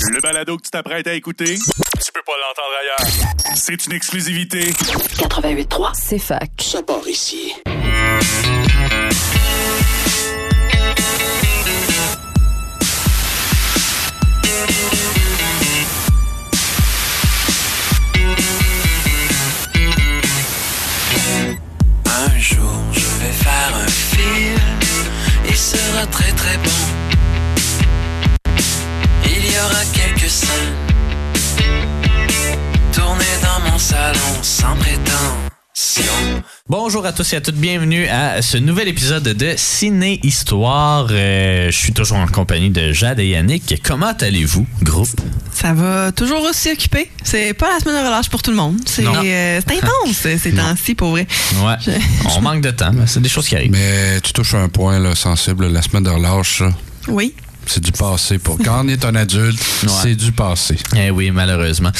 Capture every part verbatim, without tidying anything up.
Le balado que tu t'apprêtes à écouter, tu peux pas l'entendre ailleurs. C'est une exclusivité. quatre-vingt-huit trois, c'est fac. Ça part ici. Un jour, je vais faire un film. Il sera très très bon. Il y aura quelques scènes tournées dans mon salon sans prétention. Bonjour à tous et à toutes, bienvenue à ce nouvel épisode de Ciné Histoire. Euh, je suis toujours en compagnie de Jade et Yannick. Comment allez-vous, groupe? Ça va toujours aussi occupé. C'est pas la semaine de relâche pour tout le monde. C'est, euh, c'est intense ces temps-ci, pour vrai. Ouais, Je... on manque de temps, mais c'est des choses qui arrivent. Mais tu touches un point là, sensible, la semaine de relâche, ça. Oui. C'est du passé. Pour... Quand on est un adulte, ouais. C'est du passé. Eh oui, malheureusement.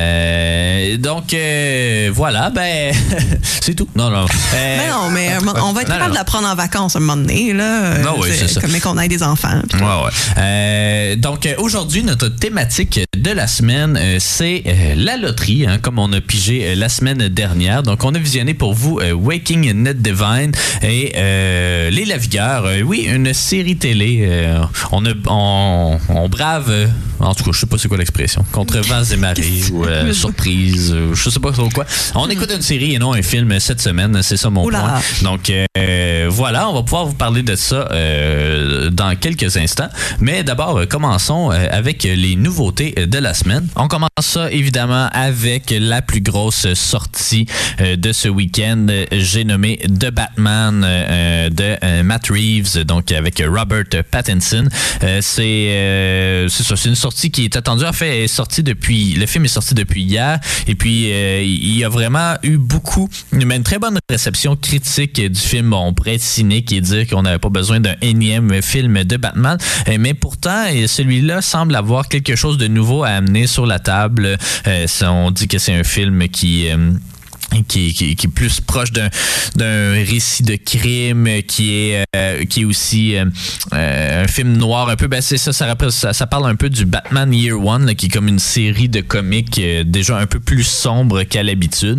Euh, donc, euh, voilà, ben, c'est tout. Non, non. Euh, mais non, mais on va être capable de la prendre en vacances un moment donné, là. Non, oui, c'est, c'est ça. Comme qu'on ait des enfants. Ouais, ouais. Euh, donc, aujourd'hui, notre thématique de la semaine, euh, c'est euh, la loterie, hein, comme on a pigé euh, la semaine dernière. Donc, on a visionné pour vous euh, Waking Ned Devine et euh, Les Lavigueurs. Euh, oui, une série télé. Euh, on a On, on brave, euh, en tout cas, je sais pas c'est quoi l'expression, contre vents et marées ou euh, surprise, euh, je sais pas trop quoi. On écoute une série et non un film cette semaine, c'est ça mon Oula. point. Donc euh, voilà, on va pouvoir vous parler de ça euh, dans quelques instants. Mais d'abord, euh, commençons euh, avec les nouveautés de la semaine. On commence ça évidemment avec la plus grosse sortie euh, de ce week-end. J'ai nommé The Batman euh, de euh, Matt Reeves, donc avec Robert Pattinson. Euh, c'est, euh, c'est ça, c'est une sortie qui est attendue. En fait, elle est sortie depuis, le film est sorti depuis hier. Et puis, euh, il y a vraiment eu beaucoup, mais une très bonne réception critique du film. Bon, on pourrait être cynique et dire qu'on n'avait pas besoin d'un énième film de Batman. Euh, mais pourtant, celui-là semble avoir quelque chose de nouveau à amener sur la table. Euh, on dit que c'est un film qui... Euh, Qui, qui, qui est plus proche d'un, d'un récit de crime, qui est, euh, qui est aussi euh, euh, un film noir un peu. Ben c'est ça, ça, rappelle, ça, ça parle un peu du Batman Year One, là, qui est comme une série de comics euh, déjà un peu plus sombre qu'à l'habitude.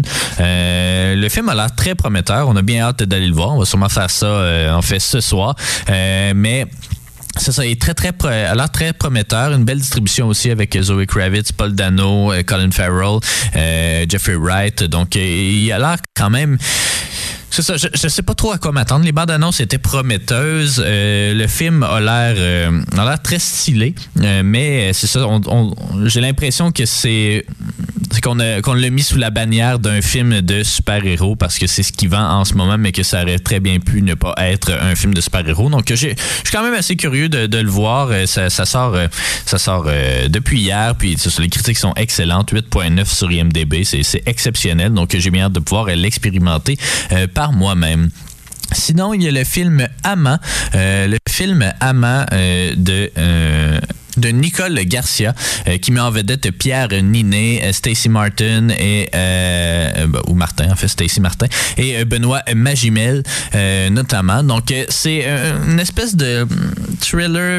Euh, le film a l'air très prometteur. On a bien hâte d'aller le voir. On va sûrement faire ça, euh, en fait, ce soir. Euh, mais... Ça, ça est très, très, a l'air très prometteur. Une belle distribution aussi avec Zoe Kravitz, Paul Dano, Colin Farrell, euh, Jeffrey Wright. Donc, il a l'air quand même... C'est ça, je, je sais pas trop à quoi m'attendre. Les bandes annonces étaient prometteuses. Euh, le film a l'air, euh, a l'air très stylé, euh, mais c'est ça. On, on, j'ai l'impression que c'est, c'est qu'on, a, qu'on l'a mis sous la bannière d'un film de super-héros parce que c'est ce qui vend en ce moment, mais que ça aurait très bien pu ne pas être un film de super-héros. Donc, j'ai, je suis quand même assez curieux de, de le voir. Ça, ça sort, ça sort euh, depuis hier, puis ça, les critiques sont excellentes. huit virgule neuf sur I M D B, c'est, c'est exceptionnel. Donc, j'ai bien hâte de pouvoir l'expérimenter euh, par moi-même. Sinon, il y a le film Amant, euh, le film Amant euh, de... Euh, de Nicole Garcia, euh, qui met en vedette Pierre Ninet, euh, Stacey Martin et euh, bah, ou Martin en fait Stacey Martin et euh, Benoît Magimel euh, notamment. Donc euh, c'est euh, une espèce de thriller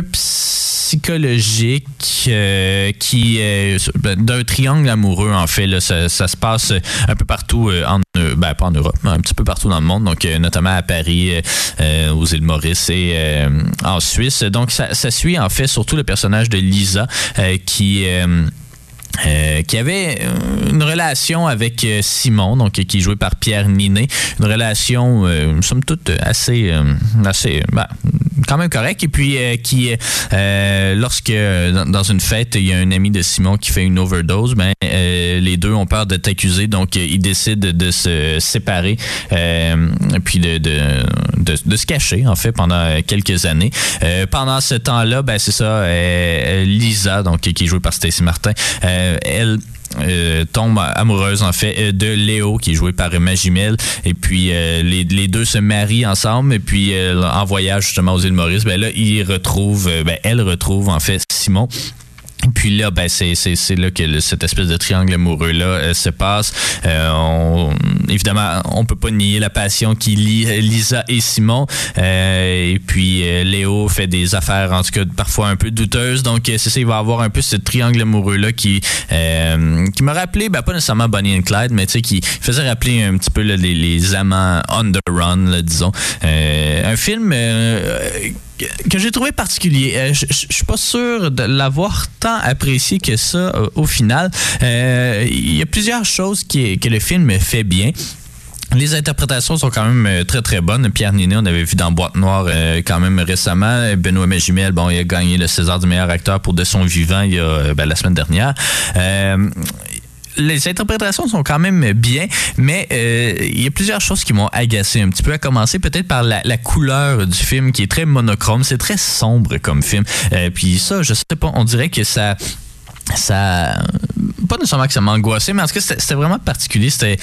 psychologique euh, qui euh, d'un triangle amoureux en fait là, ça, ça se passe un peu partout euh, en ben pas en Europe, mais un petit peu partout dans le monde, donc euh, notamment à Paris, euh, aux îles Maurice et euh, en Suisse. Donc ça, ça suit en fait surtout le personnage de Lisa euh, qui euh, Euh, qui avait une relation avec euh, Simon, donc qui est joué par Pierre Ninet, une relation euh, somme toute assez, euh, assez ben, quand même correcte, et puis euh, qui, euh, lorsque dans, dans une fête, il y a un ami de Simon qui fait une overdose, ben euh, les deux ont peur d'être accusés, donc euh, ils décident de se séparer, euh, puis de, de, de, de se cacher en fait pendant quelques années. Euh, pendant ce temps-là, ben c'est ça, euh, Lisa, donc qui est jouée par Stacey Martin, euh, elle euh, tombe amoureuse en fait de Léo qui est joué par Magimel, et puis euh, les, les deux se marient ensemble, et puis euh, en voyage justement aux îles Maurice, ben là ils retrouvent, ben elle retrouve en fait Simon. Et puis là, ben c'est c'est c'est là que le, cette espèce de triangle amoureux là euh, se passe. Euh, on, évidemment, on peut pas nier la passion qui lie Lisa et Simon. Euh, et puis euh, Léo fait des affaires en tout cas parfois un peu douteuses. Donc c'est ça, il va avoir un peu ce triangle amoureux là qui euh, qui m'a rappelé, ben pas nécessairement Bonnie and Clyde, mais tu sais qui faisait rappeler un petit peu là, les, les amants on the run, là, disons. Euh, un film euh, que j'ai trouvé particulier. Euh, je, je suis pas sûr de l'avoir tant apprécié que ça euh, au final. Euh, il y a plusieurs choses qui, que le film fait bien. Les interprétations sont quand même très très bonnes. Pierre Ninet, on avait vu dans Boîte Noire euh, quand même récemment. Benoît Magimel, bon, il a gagné le César du meilleur acteur pour De son vivant il y a ben, la semaine dernière. Euh, Les interprétations sont quand même bien, mais euh, il y a plusieurs choses qui m'ont agacé un petit peu, à commencer peut-être par la, la couleur du film qui est très monochrome, c'est très sombre comme film. Euh, puis ça, je sais pas, on dirait que ça... ça pas nécessairement que ça m'angoissait, mais en tout cas c'était, c'était vraiment particulier. C'était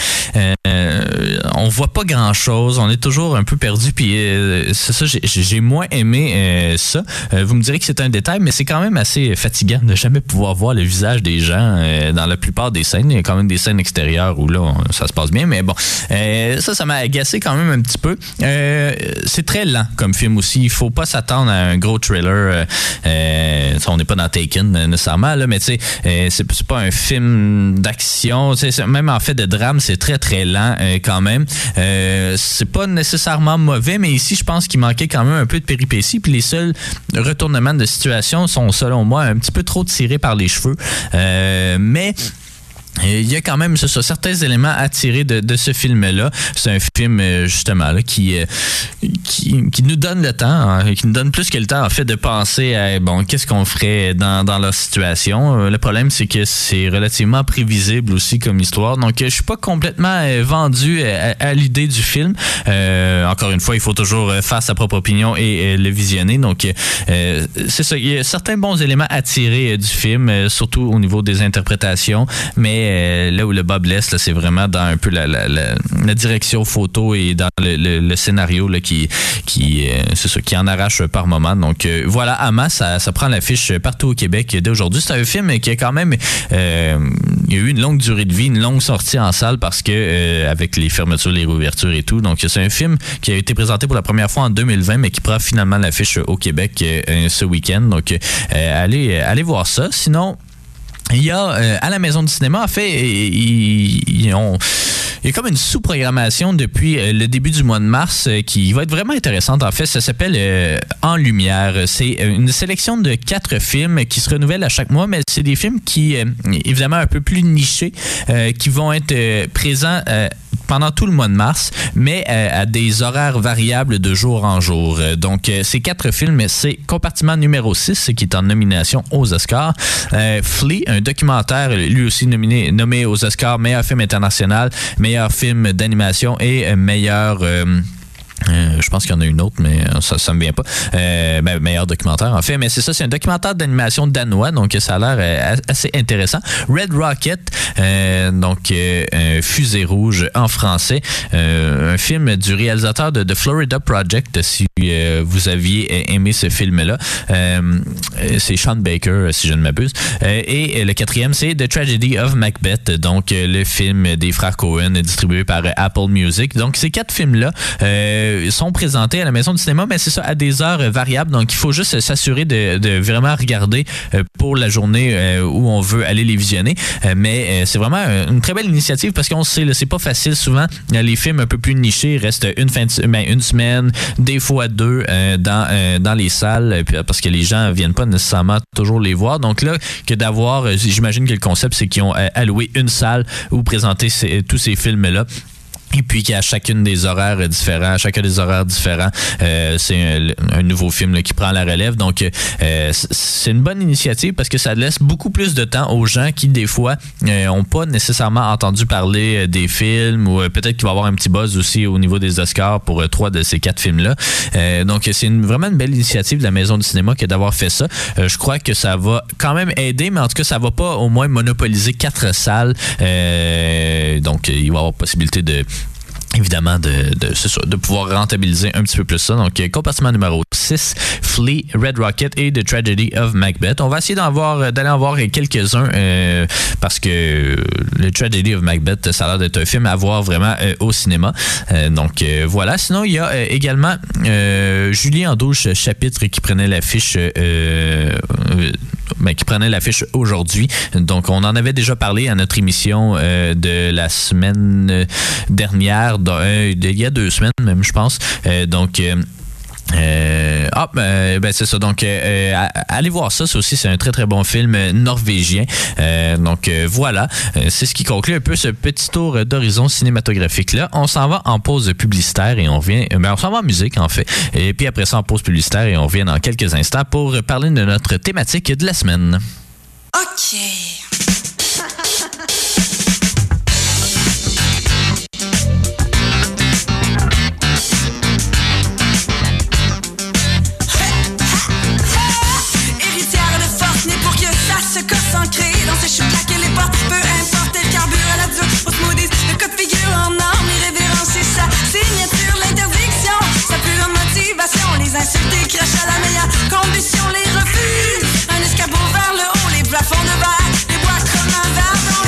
euh, on voit pas grand chose, on est toujours un peu perdu, puis euh, c'est ça, j'ai, j'ai moins aimé euh, ça. Euh, vous me direz que c'est un détail, mais c'est quand même assez fatigant de jamais pouvoir voir le visage des gens euh, dans la plupart des scènes. Il y a quand même des scènes extérieures où là on, ça se passe bien, mais bon, euh, ça ça m'a agacé quand même un petit peu. Euh, c'est très lent comme film aussi, il faut pas s'attendre à un gros thriller. Euh, euh, on n'est pas dans Taken nécessairement là, mais tu sais euh, c'est, c'est pas un film d'action, même en fait de drame, c'est très très lent euh, quand même. Euh, c'est pas nécessairement mauvais, mais ici je pense qu'il manquait quand même un peu de péripéties, puis les seuls retournements de situation sont selon moi un petit peu trop tirés par les cheveux. Euh, mais il y a quand même c'est ça, certains éléments à tirer de, de ce film-là. C'est un film, justement, là, qui, qui, qui nous donne le temps, hein, qui nous donne plus que le temps, en fait, de penser à, bon, qu'est-ce qu'on ferait dans, dans leur situation. Le problème, c'est que c'est relativement prévisible aussi comme histoire. Donc, je suis pas complètement vendu à, à l'idée du film. Euh, encore une fois, il faut toujours faire sa propre opinion et, et le visionner. Donc, euh, c'est ça. Il y a certains bons éléments à tirer du film, surtout au niveau des interprétations, mais là où le bas blesse, là, c'est vraiment dans un peu la, la, la, la direction photo et dans le, le, le scénario là, qui, qui, euh, c'est ça, qui en arrache par moment. Donc euh, voilà, Ama, ça, ça prend l'affiche partout au Québec dès aujourd'hui. C'est un film qui a quand même euh, il y a eu une longue durée de vie, une longue sortie en salle parce que euh, avec les fermetures, les réouvertures et tout. Donc c'est un film qui a été présenté pour la première fois en deux mille vingt, mais qui prend finalement l'affiche au Québec euh, ce week-end. Donc euh, allez, allez voir ça. Sinon, il y a euh, à la Maison du cinéma, en fait, ils, ils ont... Il y a comme une sous-programmation depuis euh, le début du mois de mars euh, qui va être vraiment intéressante. En fait, ça s'appelle euh, En Lumière. C'est une sélection de quatre films qui se renouvellent à chaque mois, mais c'est des films qui, euh, évidemment, un peu plus nichés, euh, qui vont être euh, présents euh, pendant tout le mois de mars, mais euh, à des horaires variables de jour en jour. Euh, donc, euh, ces quatre films, c'est Compartiment numéro six, qui est en nomination aux Oscars. Euh, Flea, un documentaire, lui aussi nominé, nommé aux Oscars, meilleur film international, meilleur film d'animation et meilleur... Euh, Euh, je pense qu'il y en a une autre, mais ça ça me vient pas. Euh, ben, meilleur documentaire, en fait. Mais c'est ça, c'est un documentaire d'animation danois, donc ça a l'air euh, assez intéressant. Red Rocket, euh, donc euh, un fusée rouge en français. Euh, un film du réalisateur de The Florida Project, si euh, vous aviez aimé ce film-là. Euh, c'est Sean Baker, si je ne m'abuse. Euh, et le quatrième, c'est The Tragedy of Macbeth, donc le film des frères Coen, distribué par Apple Music. Donc ces quatre films-là, euh, sont présentés à la Maison du cinéma, mais c'est ça, à des heures variables. Donc, il faut juste s'assurer de, de vraiment regarder pour la journée où on veut aller les visionner. Mais c'est vraiment une très belle initiative parce qu'on sait, là, c'est pas facile. Souvent, les films un peu plus nichés restent une, fin de, ben, une semaine, des fois deux dans, dans les salles parce que les gens viennent pas nécessairement toujours les voir. Donc là, que d'avoir, j'imagine que le concept, c'est qu'ils ont alloué une salle où présenter ces, tous ces films-là. Et puis qu'à chacune des horaires différents, à chacun des horaires différents, euh, c'est un, un nouveau film là, qui prend la relève. Donc, euh, c'est une bonne initiative parce que ça laisse beaucoup plus de temps aux gens qui, des fois, n'ont euh, pas nécessairement entendu parler des films ou euh, peut-être qu'il va y avoir un petit buzz aussi au niveau des Oscars pour euh, trois de ces quatre films-là. Euh, donc, c'est une, vraiment une belle initiative de la Maison du cinéma que d'avoir fait ça. Euh, je crois que ça va quand même aider, mais en tout cas, ça va pas au moins monopoliser quatre salles. Euh, donc, il va y avoir possibilité de... Évidemment, de, de, c'est ça, de pouvoir rentabiliser un petit peu plus ça. Donc, compartiment numéro six six, Flea, Red Rocket et The Tragedy of Macbeth. On va essayer d'en voir, d'aller en voir quelques-uns euh, parce que The Tragedy of Macbeth, ça a l'air d'être un film à voir vraiment euh, au cinéma. Euh, donc euh, voilà. Sinon, il y a euh, également euh, Julie en douze chapitres qui prenait l'affiche euh, euh, ben, qui prenait l'affiche aujourd'hui. Donc, on en avait déjà parlé à notre émission euh, de la semaine dernière, dans, euh, il y a deux semaines même, je pense. Euh, donc, euh, Euh, ah, ben, ben c'est ça. Donc, euh, allez voir ça. Ça aussi, c'est un très, très bon film norvégien. Euh, donc, euh, voilà. Euh, c'est ce qui conclut un peu ce petit tour d'horizon cinématographique-là. On s'en va en pause publicitaire et on revient... Ben, on s'en va en musique, en fait. Et puis après ça, en pause publicitaire et on revient dans quelques instants pour parler de notre thématique de la semaine. OK. Dans ses choux, claquer les portes, peu importe le carburant, la dure, aux smoothies, le code figure en or, l'irrévérence et sa signature, l'interdiction, sa pure motivation, les insultes et crachent à la meilleure combustion, les refus, un escabeau vers le haut, les plafonds de verre, les boîtes comme un verre.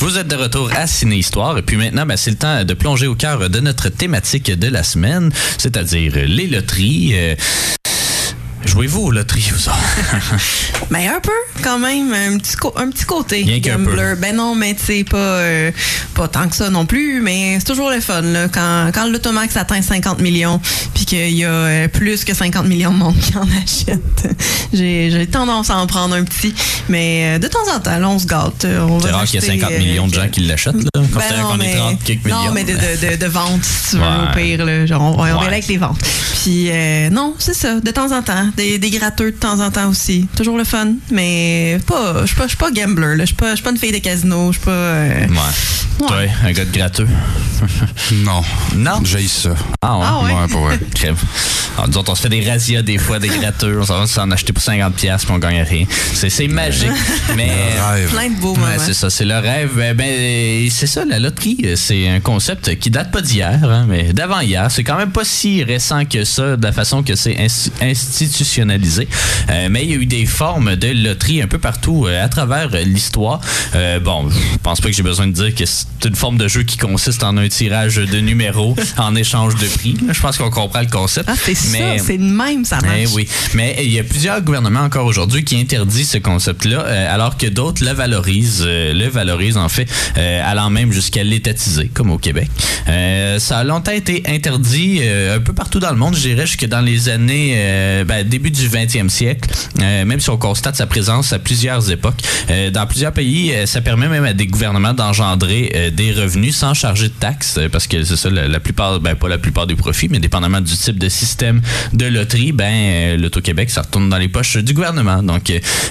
Vous êtes de retour à Ciné Histoire et puis maintenant, ben, c'est le temps de plonger au cœur de notre thématique de la semaine, c'est-à-dire les loteries. Euh, Jouez-vous aux loteries, vous autres? Mais un peu, quand même. Un petit, co- un petit côté. Rien qu'un peu. Gambler. Ben non, mais tu sais, pas, euh, pas tant que ça non plus, mais c'est toujours le fun, là. Quand, quand l'Automax atteint cinquante millions, puis qu'il y a euh, plus que cinquante millions de monde qui en achète, j'ai, j'ai tendance à en prendre un petit. Mais euh, de temps en temps, là, on se gâte. On c'est va rare qu'il y ait acheter, cinquante euh, millions de gens qui l'achètent, là. Ben Considérant non, qu'on mais, est trente quelques millions. non, mais de, de, de, de vente, si tu veux, Ouais. au pire. Là, genre, on, on Ouais. va aller avec les ventes. Puis, euh, non, c'est ça, de temps en temps. Des, des gratteux de temps en temps aussi. Toujours le fun, mais pas, je suis pas, je suis pas gambler. Je suis pas, je suis pas une fille de casino. Je suis pas... Euh, Ouais. Toi, un gars de gratteux. Non. Non? J'ai ça. Ah ouais? Ah ouais? Ouais, pour vrai. Crève. Alors, nous autres, on se fait des razzias des fois, des gratteux. On s'en va s'en acheter pour cinquante piastres puis on gagne rien. C'est, c'est magique. Mais... Rêve. plein de beaux Ouais, moments. c'est ça, c'est le rêve. Ben, ben, c'est ça, la loterie, c'est un concept qui date pas d'hier, hein, mais d'avant-hier. C'est quand même pas si récent que ça, de la façon que c'est ins- institutionnalisé. Euh, mais il y a eu des formes de loterie un peu partout euh, à travers euh, l'histoire. Euh, bon, je pense pas que j'ai besoin de dire que c'est une forme de jeu qui consiste en un tirage de numéros en échange de prix. Je pense qu'on comprend le concept. Ah, c'est mais, ça, c'est de même, ça marche. eh oui, mais il y a plusieurs gouvernements encore aujourd'hui qui interdisent ce concept-là, euh, alors que d'autres le valorisent, euh, le valorisent en fait, euh, allant même jusqu'à l'étatiser, comme au Québec. Euh, ça a longtemps été interdit euh, un peu partout dans le monde, je dirais, jusque dans les années, euh, ben, début du vingtième siècle, euh, même si on constate sa présence à plusieurs époques. Euh, dans plusieurs pays, euh, ça permet même à des gouvernements d'engendrer euh, des revenus sans charger de taxes, euh, parce que c'est ça, la, la plupart, ben pas la plupart des profits, mais dépendamment du type de système de loterie, ben euh, l'Auto-Québec, ça retourne dans les poches du gouvernement. Donc,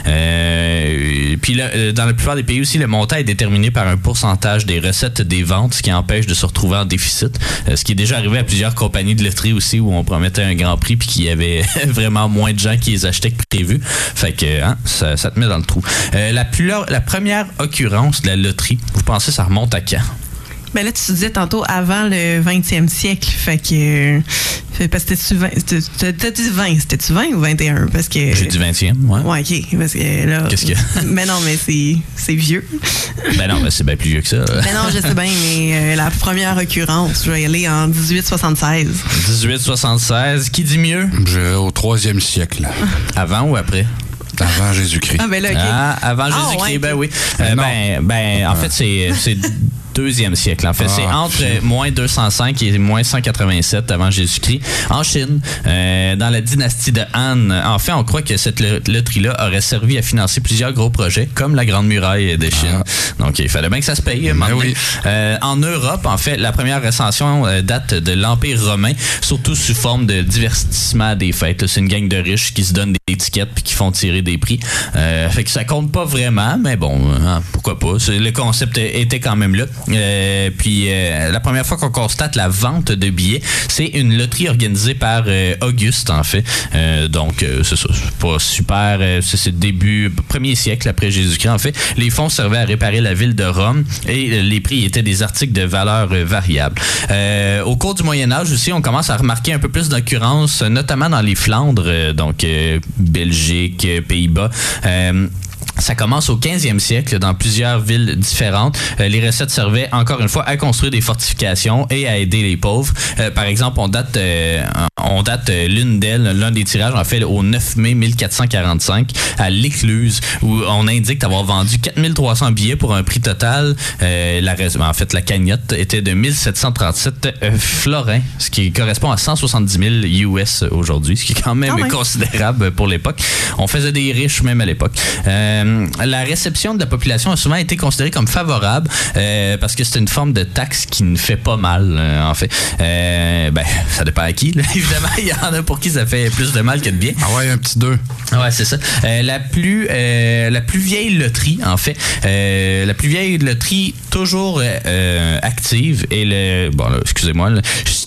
euh, puis là, euh, dans la plupart des pays aussi, le montant est déterminé par un pourcentage des recettes des ventes, ce qui empêche de se retrouver en déficit. Euh, ce qui est déjà arrivé à plusieurs compagnies de loterie aussi, où on promettait un grand prix puis qu'il y avait vraiment moins de gens qui les achetaient que prévu. Fait que hein, ça, ça te met dans le trou. Euh, la, plus, la première occurrence de la loterie, vous pensez ça remonte à quand? Ben là, tu disais tantôt avant le vingtième siècle. Fait que. Fait, parce que c'était-tu vingt? C'était, t'as dit vingt, c'était-tu vingt ou vingt et un? Parce que. J'ai dit vingtième, ouais. Ouais, OK. Parce que là. Qu'est-ce que. Mais non, mais c'est, c'est vieux. Ben non, ben c'est bien plus vieux que ça. Là. Ben non, je sais bien, mais euh, la première occurrence, je vais y aller en dix-huit soixante-seize. dix-huit soixante-seize, qui dit mieux? J'irais au troisième siècle. Avant ou après? Avant Jésus-Christ. Ah, ben là, OK. Ah, avant Ah, Jésus-Christ, ouais, ben ok. oui. Euh, ben, ben, en fait, c'est, c'est deuxième siècle. En fait, Ah, c'est entre Chine. moins deux cent cinq et moins cent quatre-vingt-sept avant Jésus-Christ. En Chine, euh, dans la dynastie de Han, en fait, on croit que cette loterie-là aurait servi à financer plusieurs gros projets, comme la Grande Muraille de Chine. Ah. Donc, il fallait bien que ça se paye. Ben oui. Euh, en Europe, en fait, la première recension euh, date de l'Empire romain, surtout sous forme de divertissement des fêtes. Là, c'est une gang de riches qui se donnent des étiquettes puis qui font tirer des prix. Euh, fait que ça compte pas vraiment, mais bon, hein, pourquoi pas. C'est, le concept était quand même là. Euh, puis euh, la première fois qu'on constate la vente de billets, c'est une loterie organisée par euh, Auguste, en fait. Euh, donc, euh, c'est ça. C'est pas super. Euh, c'est, c'est le début, premier siècle après Jésus-Christ, en fait. Les fonds servaient à réparer la ville de Rome et euh, les prix étaient des articles de valeur euh, variable. Euh, au cours du Moyen-Âge aussi, on commence à remarquer un peu plus d'occurrences, notamment dans les Flandres, euh, donc euh, Belgique, euh, Pays-Bas. Euh, Ça commence au quinzième siècle dans plusieurs villes différentes. Euh, les recettes servaient encore une fois à construire des fortifications et à aider les pauvres. Euh, par exemple, on date, euh, on date euh, l'une d'elles, l'un des tirages, en fait, au neuf mai mille quatre cent quarante-cinq à l'Écluse, où on indique avoir vendu quatre mille trois cents billets pour un prix total. Euh, la, en fait, la cagnotte était de mille sept cent trente-sept euh, florins, ce qui correspond à cent soixante-dix mille U S aujourd'hui, ce qui est quand même, quand même. considérable pour l'époque. On faisait des riches même à l'époque. Euh, La réception de la population a souvent été considérée comme favorable euh, parce que c'est une forme de taxe qui ne fait pas mal, euh, en fait. Euh, ben, ça dépend à qui, là. Évidemment, il y en a pour qui ça fait plus de mal que de bien. Ah ouais, un petit deux. Ouais, c'est ça. Euh, la plus euh, la plus vieille loterie, en fait, euh, la plus vieille loterie toujours euh, active est le bon là, excusez-moi, le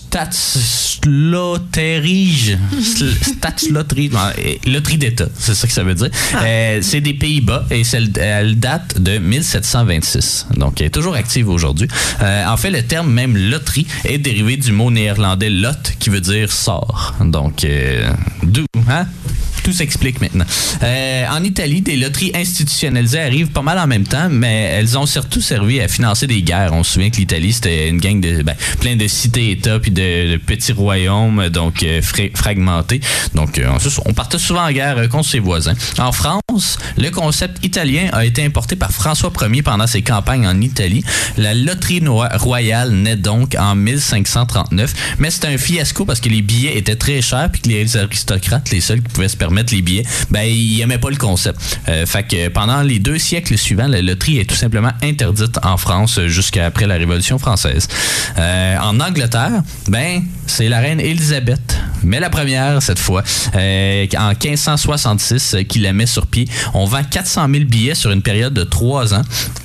Staatslotterie, Staatslotterie, loterie d'État, c'est ça que ça veut dire. Ah. Euh, c'est des Pays-Bas et elle, elle date de mille sept cent vingt-six, donc elle est toujours active aujourd'hui. Euh, en fait, le terme même loterie est dérivé du mot néerlandais lot qui veut dire sort. Donc, euh, d'où, hein? tout s'explique maintenant. Euh, en Italie, des loteries institutionnalisées arrivent pas mal en même temps, mais elles ont surtout servi à financer des guerres. On se souvient que l'Italie, c'était une gang de ben, plein de cités-États puis de, de petits royaumes, donc euh, fra- fragmentés. Donc, euh, on partait souvent en guerre contre ses voisins. En France, le concept italien a été importé par François Ier pendant ses campagnes en Italie. La loterie no- royale naît donc en mille cinq cent trente-neuf, mais c'était un fiasco parce que les billets étaient très chers puis que les aristocrates, les seuls qui pouvaient se permettre les billets, ben ils aimaient pas le concept. Euh, fait que pendant les deux siècles suivants, la loterie est tout simplement interdite en France jusqu'à après la Révolution française. Euh, en Angleterre, ben c'est la reine Élisabeth, mais la première cette fois, euh, en quinze cent soixante-six, qui la met sur pied. On vend quatre cent mille billets sur une période de trois ans.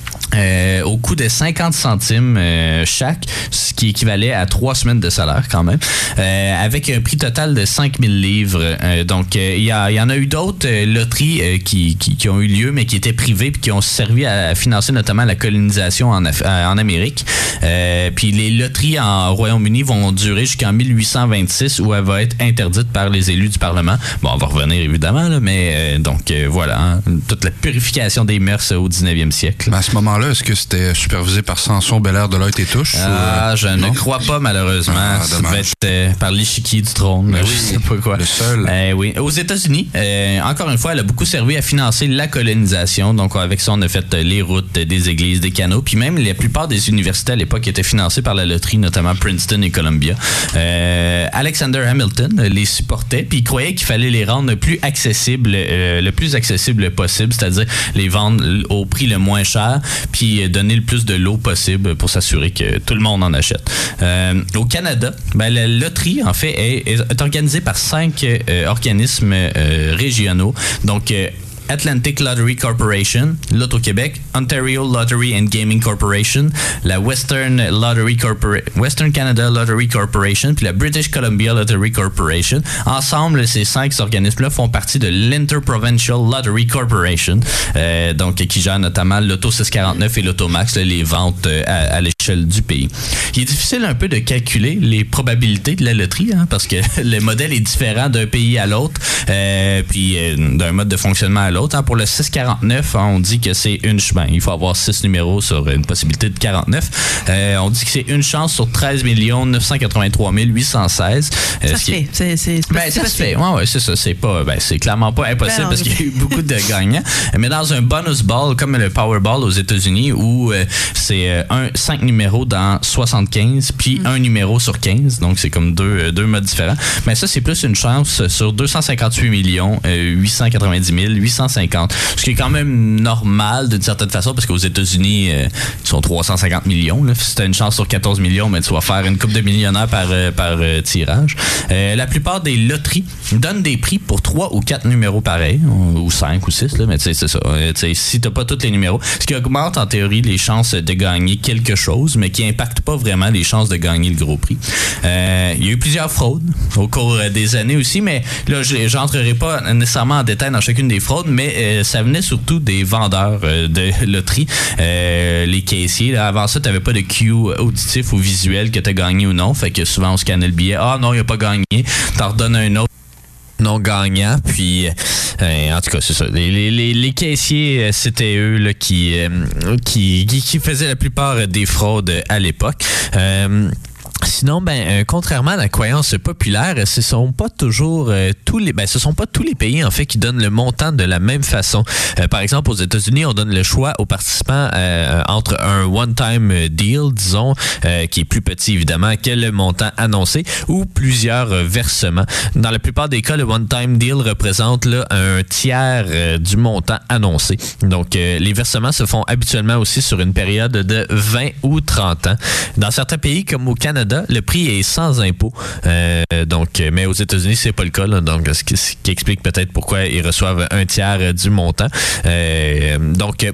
Euh, au coût de cinquante centimes euh, chaque, ce qui équivalait à trois semaines de salaire quand même, euh, avec un prix total de cinq mille livres. Euh, donc, il euh, y, y en a eu d'autres euh, loteries euh, qui, qui, qui ont eu lieu, mais qui étaient privées puis qui ont servi à financer notamment la colonisation en, Af- en Amérique. Euh, puis les loteries en Royaume-Uni vont durer jusqu'en mille huit cent vingt-six, où elle va être interdite par les élus du Parlement. Bon, on va revenir évidemment, là, mais euh, donc euh, voilà, hein, toute la purification des mœurs au dix-neuvième siècle. Mais à ce moment-là, est-ce que c'était supervisé par Samson, Belair, Deloitte et Touche? Ah, ou, je non? ne crois pas, malheureusement. Ah, ça devait être euh, par l'échiquier du trône. Ben je oui, sais pas quoi. le seul. Euh, oui. Aux États-Unis, euh, encore une fois, elle a beaucoup servi à financer la colonisation. Donc, avec ça, on a fait euh, les routes, euh, des églises, des canaux. Puis même, la plupart des universités à l'époque étaient financées par la loterie, notamment Princeton et Columbia. Euh, Alexander Hamilton euh, les supportait, puis il croyait qu'il fallait les rendre plus accessibles, euh, le plus accessible possible, c'est-à-dire les vendre au prix le moins cher, puis euh, donner le plus de l'eau possible pour s'assurer que tout le monde en achète. Euh, au Canada, ben, la loterie, en fait, est, est organisée par cinq euh, organismes euh, régionaux. Donc, euh, Atlantic Lottery Corporation, l'Auto-Québec, Ontario Lottery and Gaming Corporation, la Western Lottery Corpora- Western Canada Lottery Corporation, puis la British Columbia Lottery Corporation. Ensemble, ces cinq organismes-là font partie de l'Interprovincial Lottery Corporation, euh, donc qui gère notamment l'Auto six cent quarante-neuf et l'Automax, là, les ventes euh, à, à l'échelle du pays. Il est difficile un peu de calculer les probabilités de la loterie, hein, parce que le modèle est différent d'un pays à l'autre, euh, puis euh, d'un mode de fonctionnement à l'autre. Pour le six cent quarante-neuf, hein, on dit que c'est une chance. Il faut avoir six numéros sur une possibilité de quarante-neuf. Euh, on dit que c'est une chance sur treize millions neuf cent quatre-vingt-trois mille huit cent seize. Euh, Ça se fait. C'est, c'est, c'est ben, pas, ça c'est se fait. Ouais, ouais, c'est ça. C'est pas, ben, c'est clairement pas impossible ben non, parce qu'il y a eu beaucoup de gagnants. Mais dans un bonus ball, comme le Powerball aux États-Unis, où euh, c'est euh, un, cinq numéros dans soixante-quinze, puis mm. un numéro sur quinze. Donc, c'est comme deux, euh, deux modes différents. Mais ça, c'est plus une chance sur deux cent cinquante-huit millions huit cent quatre-vingt-dix mille huit cent cinquante. Ce qui est quand même normal d'une certaine façon, parce qu'aux États-Unis, euh, ils sont trois cent cinquante millions. Là. Si tu as une chance sur quatorze millions, mais tu vas faire une coupe de millionnaires par, euh, par euh, tirage. Euh, la plupart des loteries donnent des prix pour trois ou quatre numéros pareils, ou cinq ou six, là, mais tu sais, c'est ça. Euh, si tu n'as pas tous les numéros, ce qui augmente en théorie les chances de gagner quelque chose, mais qui n'impacte pas vraiment les chances de gagner le gros prix. Euh, il y a eu plusieurs fraudes au cours des années aussi, mais là, je n'entrerai pas nécessairement en détail dans chacune des fraudes, mais euh, ça venait surtout des vendeurs euh, de loterie, euh, les caissiers. Là, avant ça, tu n'avais pas de cue auditif ou visuel que tu as gagné ou non. Fait que souvent, on scannait le billet. Ah non, il n'a pas gagné. Tu en redonnes un autre non gagnant. Puis, euh, en tout cas, c'est ça. Les, les, les caissiers, c'était eux là, qui, euh, qui, qui, qui faisaient la plupart des fraudes à l'époque. Euh, Sinon, ben, euh, contrairement à la croyance populaire, ce sont pas toujours euh, tous les, ben, ce sont pas tous les pays en fait qui donnent le montant de la même façon. Euh, par exemple, aux États-Unis, on donne le choix aux participants euh, entre un one-time deal, disons, euh, qui est plus petit évidemment que le montant annoncé, ou plusieurs euh, versements. Dans la plupart des cas, le one-time deal représente là un tiers euh, du montant annoncé. Donc, euh, les versements se font habituellement aussi sur une période de vingt ou trente ans. Dans certains pays, comme au Canada, le prix est sans impôt. Euh, donc, mais aux États-Unis, c'est pas le cas. Là, donc, ce qui, ce qui explique peut-être pourquoi ils reçoivent un tiers du montant. Euh, donc,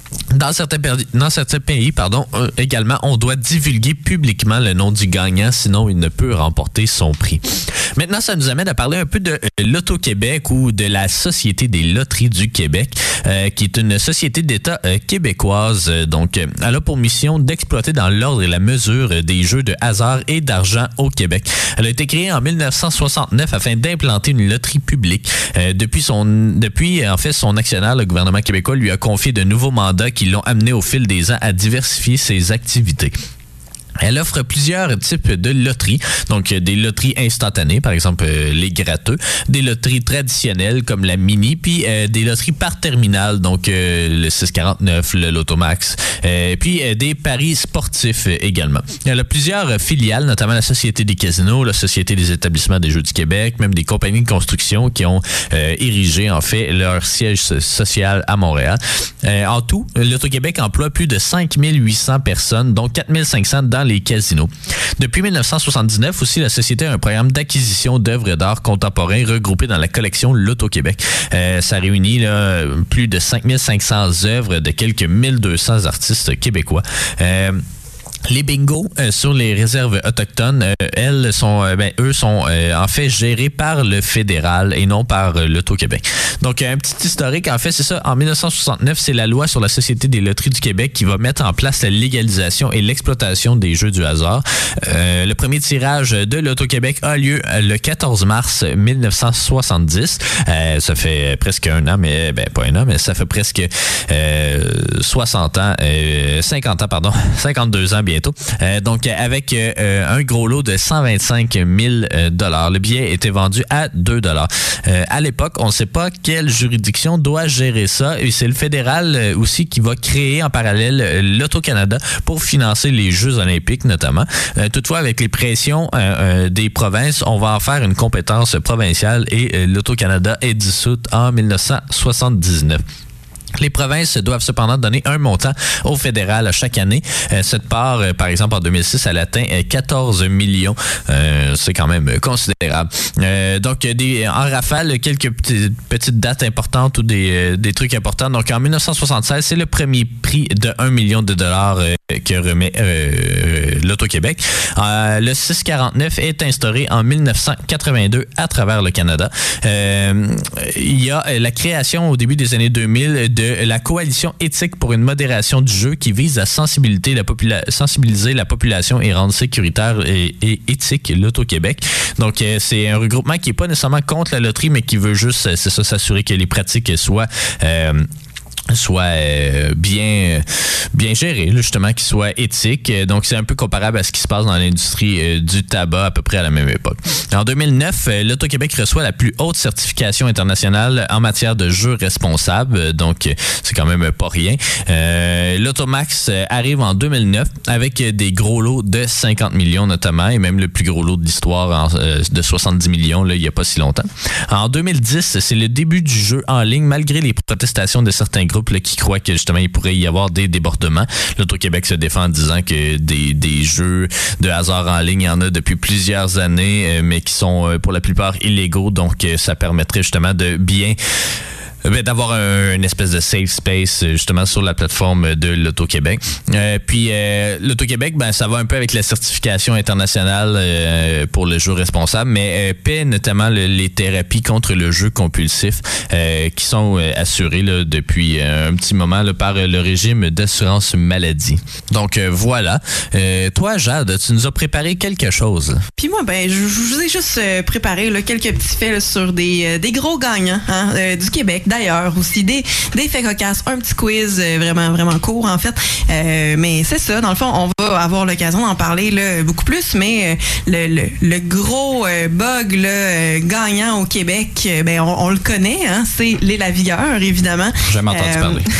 Dans certains, dans certains pays, pardon, euh, également, on doit divulguer publiquement le nom du gagnant, sinon il ne peut remporter son prix. Maintenant, ça nous amène à parler un peu de euh, l'Auto-Québec ou de la Société des loteries du Québec, euh, qui est une société d'État euh, québécoise. Euh, donc, euh, elle a pour mission d'exploiter dans l'ordre et la mesure euh, des jeux de hasard et d'argent au Québec. Elle a été créée en dix-neuf cent soixante-neuf afin d'implanter une loterie publique. Euh, depuis, son, depuis, en fait, son actionnaire, le gouvernement québécois, lui a confié de nouveaux mandats qui l'ont amené au fil des ans à diversifier ses activités. Elle offre plusieurs types de loteries, donc des loteries instantanées, par exemple euh, les gratteux, des loteries traditionnelles comme la mini, puis euh, des loteries par terminal, donc euh, le six quarante-neuf, le Lotomax, euh, puis euh, des paris sportifs euh, également. Elle a plusieurs euh, filiales, notamment la Société des casinos, la Société des établissements des jeux du Québec, même des compagnies de construction qui ont euh, érigé en fait leur siège social à Montréal. Euh, en tout, l'Auto-Québec emploie plus de cinq mille huit cents personnes, dont quatre mille cinq cents dans les casinos. Depuis dix-neuf cent soixante-dix-neuf aussi, la société a un programme d'acquisition d'œuvres d'art contemporain regroupées dans la collection L'Auto-Québec. Euh, ça réunit là, plus de cinq mille cinq cents œuvres de quelques mille deux cents artistes québécois. Euh, Les bingos euh, sur les réserves autochtones, euh, elles sont, euh, ben, eux sont euh, en fait gérés par le fédéral et non par euh, l'Auto-Québec. Donc, un petit historique, en fait, c'est ça. En dix-neuf cent soixante-neuf, c'est la loi sur la Société des loteries du Québec qui va mettre en place la légalisation et l'exploitation des jeux du hasard. Euh, le premier tirage de l'Auto-Québec a lieu le quatorze mars dix-neuf cent soixante-dix. Euh, ça fait presque un an, mais ben pas un an, mais ça fait presque euh, soixante ans, euh, cinquante ans, pardon, cinquante-deux ans bientôt. Euh, donc, avec euh, un gros lot de cent vingt-cinq mille dollars. Le billet était vendu à deux dollars. Euh, à l'époque, on ne sait pas quelle juridiction doit gérer ça. Et c'est le fédéral euh, aussi qui va créer en parallèle euh, l'Auto-Canada pour financer les Jeux olympiques, notamment. Euh, toutefois, avec les pressions euh, euh, des provinces, on va en faire une compétence provinciale et euh, l'Auto-Canada est dissoute en dix-neuf cent soixante-dix-neuf. Les provinces doivent cependant donner un montant au fédéral chaque année. Euh, cette part, euh, par exemple, en deux mille six, elle atteint euh, quatorze millions. Euh, c'est quand même considérable. Euh, donc, des, en rafale, quelques petites, petites dates importantes ou des, euh, des trucs importants. Donc, en dix-neuf cent soixante-seize, c'est le premier prix de un million de dollars euh, que remet euh, l'Auto-Québec. Euh, le six quarante-neuf est instauré en dix-neuf cent quatre-vingt-deux à travers le Canada. Euh, il y a la création au début des années deux mille de de la Coalition éthique pour une modération du jeu qui vise à sensibiliser la, popula- sensibiliser la population et rendre sécuritaire et, et éthique l'Auto-Québec. Donc, euh, c'est un regroupement qui n'est pas nécessairement contre la loterie, mais qui veut juste, c'est ça, s'assurer que les pratiques soient... Euh, soit euh, bien bien géré, justement, qui soit éthique. Donc, c'est un peu comparable à ce qui se passe dans l'industrie euh, du tabac à peu près à la même époque. En deux mille neuf, euh, l'Auto-Québec reçoit la plus haute certification internationale en matière de jeux responsables. Donc, c'est quand même pas rien. Euh, L'Automax arrive en deux mille neuf avec des gros lots de cinquante millions notamment, et même le plus gros lot de l'histoire en, euh, de soixante-dix millions, là, il n'y a pas si longtemps. En deux mille dix, c'est le début du jeu en ligne, malgré les protestations de certains groupes là, qui croient que justement il pourrait y avoir des débordements. L'Auto-Québec se défend en disant que des, des jeux de hasard en ligne, il y en a depuis plusieurs années, euh, mais qui sont euh, pour la plupart illégaux, donc euh, ça permettrait justement de bien... Ben, d'avoir un, une espèce de safe space justement sur la plateforme de l'Auto-Québec. Euh, puis euh, l'Auto-Québec, ben ça va un peu avec la certification internationale euh, pour le jeu responsable, mais euh, paie notamment le, les thérapies contre le jeu compulsif euh, qui sont euh, assurées là, depuis euh, un petit moment là, par le régime d'assurance maladie. Donc euh, voilà. Euh, toi, Jade, tu nous as préparé quelque chose. Puis moi, ben je, je vous ai juste euh, préparé là, quelques petits faits là, sur des, euh, des gros gagnants hein, euh, du Québec. D'ailleurs, aussi des, des faits cocasses, un petit quiz euh, vraiment, vraiment court, en fait. Euh, mais c'est ça, dans le fond, on va avoir l'occasion d'en parler là, beaucoup plus, mais euh, le, le, le gros euh, bug là, euh, gagnant au Québec, euh, ben on, on le connaît, hein, c'est les lavilleurs, évidemment. J'ai jamais entendu euh, parler.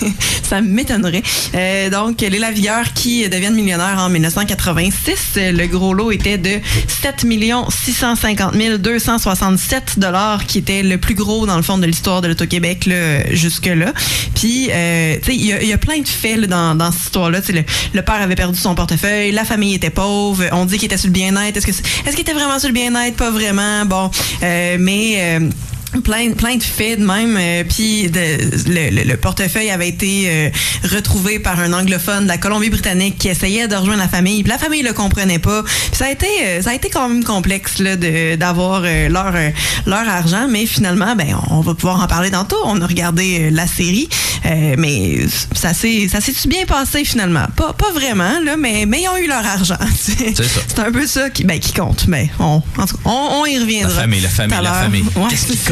Ça m'étonnerait. Euh, donc, les lavilleurs qui deviennent millionnaires en dix-neuf cent quatre-vingt-six, le gros lot était de sept millions six cent cinquante mille deux cent soixante-sept dollars, qui était le plus gros, dans le fond, de l'histoire de l'Auto-Québec là, jusque-là. Puis, euh, tu sais, il y, y a plein de faits là, dans, dans cette histoire-là. Le, le père avait perdu son portefeuille, la famille était pauvre, on dit qu'il était sur le bien-être. Est-ce que est-ce qu'il était vraiment sur le bien-être? Pas vraiment. Bon, euh, mais... Euh, Plein, plein de faits de même. Euh, Puis le, le, le portefeuille avait été euh, retrouvé par un anglophone de la Colombie-Britannique qui essayait de rejoindre la famille. Puis la famille le comprenait pas. Puis ça a été, euh, ça a été quand même complexe là, de, d'avoir euh, leur, euh, leur argent. Mais finalement, ben, on va pouvoir en parler tantôt. On a regardé euh, la série. Euh, mais ça s'est, ça s'est-tu bien passé finalement? Pas, pas vraiment, là, mais, mais ils ont eu leur argent. C'est, c'est ça. C'est un peu ça qui, ben, qui compte. Mais on, en tout cas, on, on y reviendra. La famille, la famille, la famille. Ouais, qu'est-ce qui compte?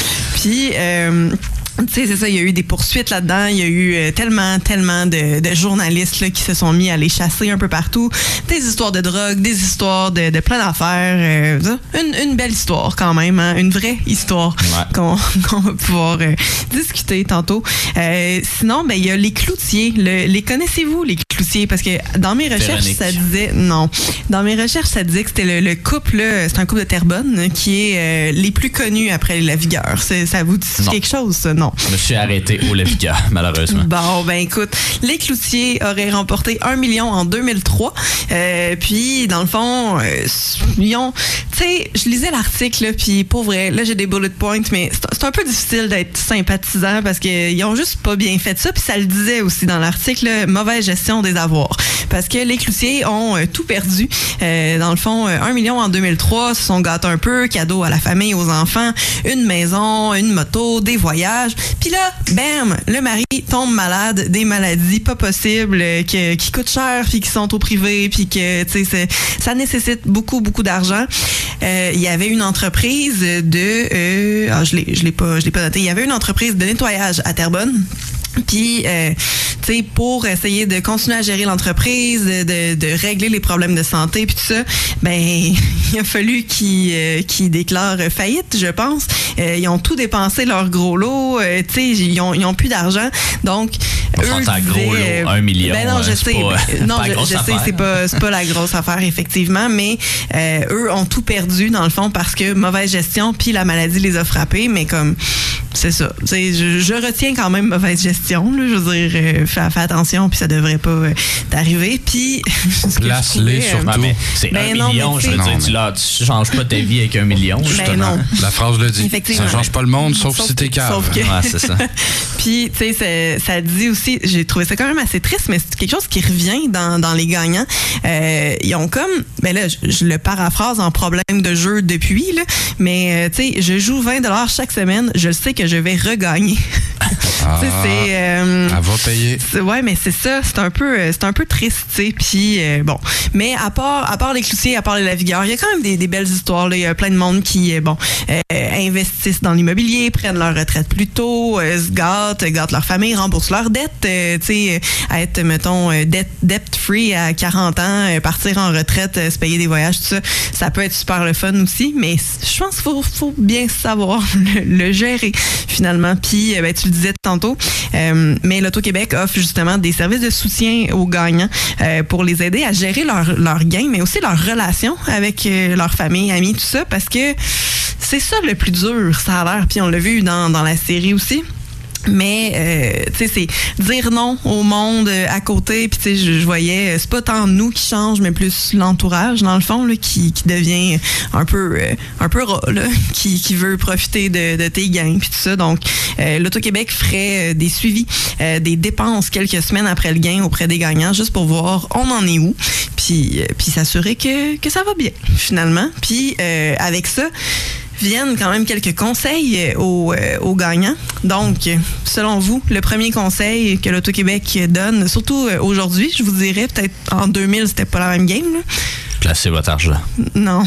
Puis, euh, tu sais, c'est ça, il y a eu des poursuites là-dedans. Il y a eu euh, tellement, tellement de, de journalistes là, qui se sont mis à les chasser un peu partout. Des histoires de drogue, des histoires de, de plein d'affaires. Euh, une, une belle histoire quand même, hein? Une vraie histoire ouais. qu'on, qu'on va pouvoir euh, discuter tantôt. Euh, sinon, ben il y a les cloutiers. Le, les connaissez-vous, les cloutiers? Parce que dans mes recherches, Véronique. ça disait... Non. Dans mes recherches, ça disait que c'était le, le couple, là, c'est un couple de Terrebonne, qui est euh, les plus connus après la vigueur. C'est, ça vous dit non. quelque chose, ça? Non. Je me suis arrêté au Léviga, malheureusement. Bon, ben écoute, les cloutiers auraient remporté un million en deux mille trois. Euh, puis, dans le fond, euh, ils ont... Tu sais, je lisais l'article, là, puis pour vrai, là, j'ai des bullet points, mais c'est, c'est un peu difficile d'être sympathisant parce qu'ils ont juste pas bien fait ça. Puis ça le disait aussi dans l'article, là, mauvaise gestion des avoirs. Parce que les cloutiers ont euh, tout perdu. Euh, dans le fond, un million en deux mille trois, se sont gâtés un peu, cadeaux à la famille, aux enfants, une maison, une moto, des voyages. Puis là, bam, le mari tombe malade, des maladies pas possibles, euh, que, qui coûtent cher, puis qui sont au privé, puis que, tu sais, ça nécessite beaucoup, beaucoup d'argent. Euh, il y avait une entreprise de... Euh, ah, je l'ai, je l'ai pas, je l'ai pas noté. Il y avait une entreprise de nettoyage à Terrebonne. Puis, euh, tu sais, pour essayer de continuer à gérer l'entreprise, de, de régler les problèmes de santé, puis tout ça, ben, il a fallu qu'ils, euh, qu'ils déclarent faillite, je pense. Euh, ils ont tout dépensé leur gros lot, euh, tu sais, ils ont, ils ont plus d'argent. Donc, on eux disaient, gros lot, un million. Ben non, je sais, pas, non, je, je sais, c'est pas, c'est pas la grosse affaire effectivement, mais euh, eux ont tout perdu dans le fond parce que mauvaise gestion, puis la maladie les a frappés, mais comme c'est ça. Je, je retiens quand même mauvaise gestion. Là, je veux dire, euh, fais, fais attention, puis ça devrait pas euh, t'arriver. Puis, place-les surtout. Euh, c'est ben un non, million, je veux non, dire, mais... tu, là, tu changes pas ta vie avec un million, justement. Ben la phrase le dit. Ça change pas le monde, sauf, sauf si t'es calme. Que... Ouais, c'est ça. Puis, tu sais, ça dit aussi, j'ai trouvé ça quand même assez triste, mais c'est quelque chose qui revient dans, dans les gagnants. Euh, ils ont comme, ben là, je, je le paraphrase en problème de jeu depuis, là, mais, euh, tu sais, je joue vingt dollars chaque semaine, je sais que je vais regagner. Ah, c'est, euh, elle va payer. C'est, ouais, mais c'est ça. C'est un peu, c'est un peu triste, tu sais. Puis euh, bon, mais à part, à part les cloutiers, à part les lavigueurs, il y a quand même des, des belles histoires. Il y a plein de monde qui, bon, euh, investissent dans l'immobilier, prennent leur retraite plus tôt, euh, se gâtent, gâtent leur famille, remboursent leurs dettes. Euh, tu sais, être, mettons, debt, debt free à quarante ans, euh, partir en retraite, euh, se payer des voyages, tout ça, ça peut être super le fun aussi. Mais je pense qu'il faut, faut bien savoir le, le gérer finalement. Puis, ben, tu le disais tantôt, euh, mais l'Auto-Québec offre justement des services de soutien aux gagnants euh, pour les aider à gérer leurs leur gains, mais aussi leurs relations avec euh, leur famille, amis, tout ça, parce que c'est ça le plus dur, ça a l'air. Puis on l'a vu dans, dans la série aussi. Mais, euh, tu sais, c'est dire non au monde à côté. Puis, tu sais, je, je voyais, c'est pas tant nous qui change, mais plus l'entourage, dans le fond, là, qui, qui devient un peu, euh, un peu rat, là, qui, qui veut profiter de, de tes gains, puis tout ça. Donc, euh, l'Auto-Québec ferait euh, des suivis, euh, des dépenses quelques semaines après le gain auprès des gagnants, juste pour voir on en est où, puis, euh, puis s'assurer que, que ça va bien, finalement. Puis, euh, avec ça, viennent quand même quelques conseils aux, euh, aux gagnants. Donc, selon vous, le premier conseil que l'Auto-Québec donne, surtout euh, aujourd'hui, je vous dirais, peut-être en deux mille, c'était pas la même game, là. Placez votre argent. Non.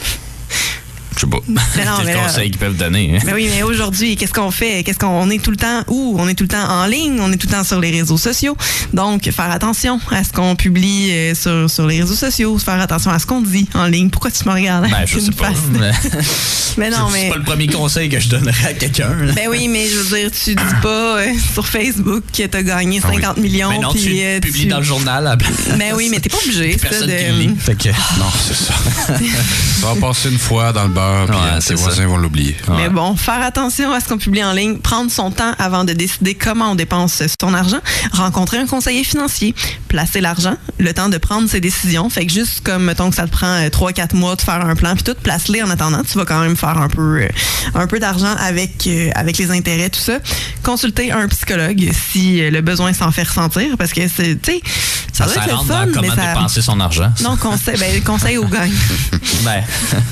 Je sais pas. C'est le conseil qu'ils peuvent donner. Hein? Mais oui, mais aujourd'hui, qu'est-ce qu'on fait? Qu'est-ce qu'on est tout le temps où? On est tout le temps en ligne, on est tout le temps sur les réseaux sociaux. Donc, faire attention à ce qu'on publie euh, sur, sur les réseaux sociaux, faire attention à ce qu'on dit en ligne. Pourquoi tu me regardes? Ben, je sais pas. Mais... mais non, c'est, mais... c'est pas le premier conseil que je donnerais à quelqu'un. Là. Ben oui, mais je veux dire, tu dis pas euh, sur Facebook que t'as gagné cinquante oui. millions. Mais non, pis, tu euh, publies tu... dans le journal à la place. Ben oui, mais t'es pas obligé. Personne ça, de... qui lit. Fait que... Non, c'est ça. Ça va passer une fois dans le beurre. l'heure, puis Ouais, euh, c'est tes ça. voisins vont l'oublier. Mais bon, faire attention à ce qu'on publie en ligne, prendre son temps avant de décider comment on dépense son argent, rencontrer un conseiller financier, placer l'argent, le temps de prendre ses décisions. Fait que juste comme, mettons que ça te prend trois quatre mois de faire un plan, puis tout, place-les en attendant. Tu vas quand même faire un peu, euh, un peu d'argent avec, euh, avec les intérêts, tout ça. Consulter un psychologue si euh, le besoin s'en fait ressentir, parce que c'est, tu sais, ça doit Ça être le rentre fun, dans mais comment ça... dépenser son argent. ça. Non, conseil, ben, conseil au gagne. Ben,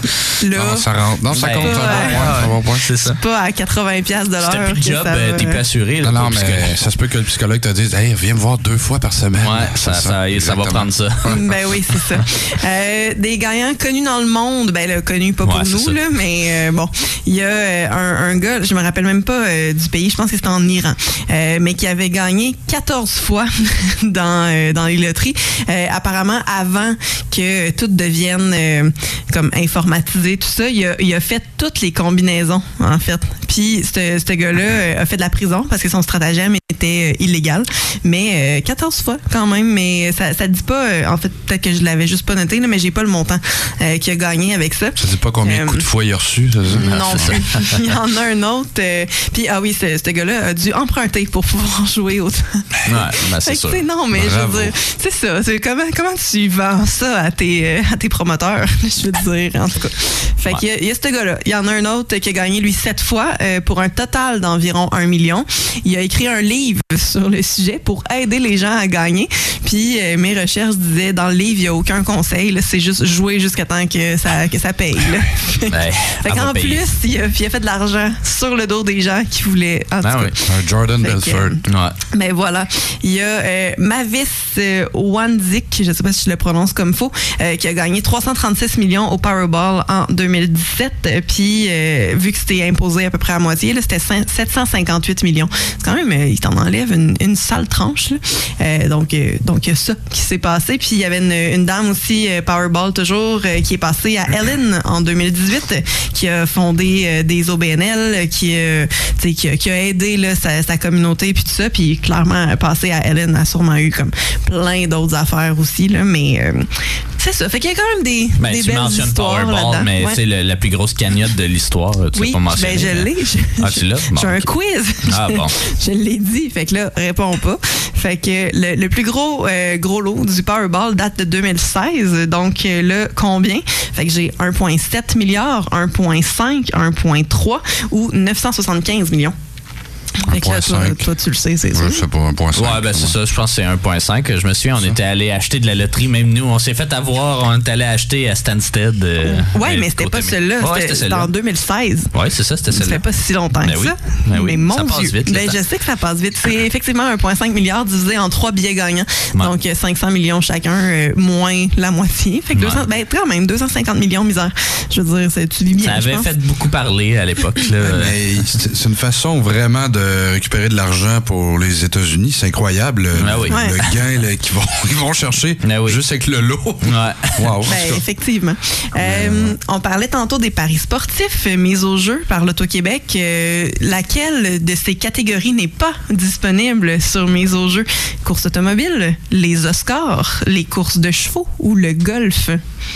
Là, Non, ça rentre. Non, ça Ben, compte. C'est un bon ouais, point. C'est un bon point. c'est ça. pas à quatre-vingts piastres de Si l'heure. t'as plus de que job, ça euh, va- t'es plus assuré. là, Non, non, parce que- mais ça se peut que le psychologue te dise, hey, viens me voir deux fois par semaine. Ouais, ça, ça, ça, va exactement. prendre ça. Ben oui, c'est ça. Euh, des gagnants connus dans le monde, ben là, connus pas pour Ouais, c'est nous, ça. là, mais euh, bon, il y a euh, un, un gars, je me rappelle même pas euh, du pays, je pense que c'était en Iran, euh, mais qui avait gagné quatorze fois dans, euh, dans les loteries. Euh, apparemment, avant que tout devienne euh, comme informatisé, tout ça, il a, il a fait toutes les combinaisons, en fait. Puis, ce ce gars-là euh, a fait de la prison parce que son stratagème était euh, illégal. Mais euh, quatorze fois, quand même. Mais ça ça dit pas... euh, en fait, peut-être que je l'avais juste pas noté, là, mais j'ai pas le montant euh, qu'il a gagné avec ça. Ça dit pas combien de Euh, coups de fouet il a reçu, c'est ça? Non c'est plus. Il y en a un autre. euh, Puis, ah oui, ce, ce gars-là a dû emprunter pour pouvoir jouer autant. Ouais, ben, Fait c'est que, sûr. tu sais, non, mais je Bravo. veux dire, c'est ça. C'est comment, comment tu vends ça à tes, euh, à tes promoteurs, je veux dire, en tout cas. Fait qu'il y a, il y a ce gars-là. Il y en a un autre qui a gagné, lui, sept fois euh, pour un total d'environ un million. Il a écrit un livre sur le sujet pour aider les gens à gagner. Puis, euh, mes recherches disaient, dans le livre, il n'y a aucun conseil. là. C'est juste jouer jusqu'à temps que ça, que ça paye. Là. Ben, Fait elle va qu'en payer. plus, il a, il a fait de l'argent sur le dos des gens qui voulaient. En tout Ah cas. oui. Un Jordan Fait que, Belfort. Ouais. Ben voilà. Il y a euh, Mavis euh, Wanzik, je sais pas si je le prononce comme faux, euh, qui a gagné trois cent trente-six millions au Powerball en deux mille dix-sept. Euh, Puis, euh, vu que c'était imposé à peu près à moitié, là, c'était cin- sept cent cinquante-huit millions. C'est quand même, euh, il t'en enlève une, une sale tranche. Là. Euh, donc, euh, donc, il y a ça qui s'est passé. Puis, il y avait une, une dame aussi, euh, Powerball toujours, euh, qui est passée à Ellen en deux mille dix-huit, euh, qui a fondé euh, des O B N L, euh, qui, euh, tu sais, qui, a, qui a aidé là, sa, sa communauté, puis tout ça. Puis, clairement, passer à Ellen a sûrement eu comme plein d'autres affaires aussi. Là, mais euh, c'est ça. Fait qu'il y a quand même des, Ben, des tu belles mentionnes histoires Powerball, là-dedans. mais Ouais. c'est le- la plus grosse cagnotte de l'histoire. Tu Oui, l'as pas mentionné. ben je mais- l'ai. Je- Ah, tu l'as? Bon, J'ai un ok. quiz. Ah, bon. Je l'ai dit. Fait que là, réponds pas. Fait que le, le plus gros euh, gros lot du Powerball date de deux mille seize. Donc euh, là, combien? Fait que j'ai un virgule sept milliard, un virgule cinq, un virgule trois ou neuf cent soixante-quinze millions. Fait que là, toi, un virgule cinq. toi, tu le sais, c'est sûr. Je sais pas, un point cinq. Ouais, ben c'est ça. Je pense que c'est un virgule cinq. Je me souviens, on était allé acheter de la loterie. Même nous, on s'est fait avoir. On est allé acheter à Stansted. Euh, Ouais, euh, mais c'était côté pas Amérique. celle-là. Ouais, C'était c'était c'était celle-là. en deux mille seize. Ouais, c'est ça, c'était Ça celle-là. fait pas si longtemps Ben que oui. ça. Ben oui. Mais mon Ça passe Dieu. vite, le Ben, temps. je sais que ça passe vite. C'est effectivement un virgule cinq milliard divisé en trois billets gagnants. Ouais. Donc, euh, cinq cents millions chacun, euh, moins la moitié. Fait que Ouais. deux cents, ben, quand même, deux cent cinquante millions, misère. Je veux dire, c'est- tu vis bien. Ça je avait pense. fait beaucoup parler à l'époque. là. Mais c'est c'est une façon vraiment de récupérer de l'argent pour les États-Unis. C'est incroyable le, Ah oui. le Ouais. gain là, qu'ils vont, qu'ils vont chercher Ah oui. juste avec le lot. Ouais. Wow. Ben, effectivement. Euh, on parlait tantôt des paris sportifs euh, mis au jeu par l'Auto-Québec. Euh, laquelle de ces catégories n'est pas disponible sur Mise au jeu? Course automobile, les Oscars, les courses de chevaux ou le golf?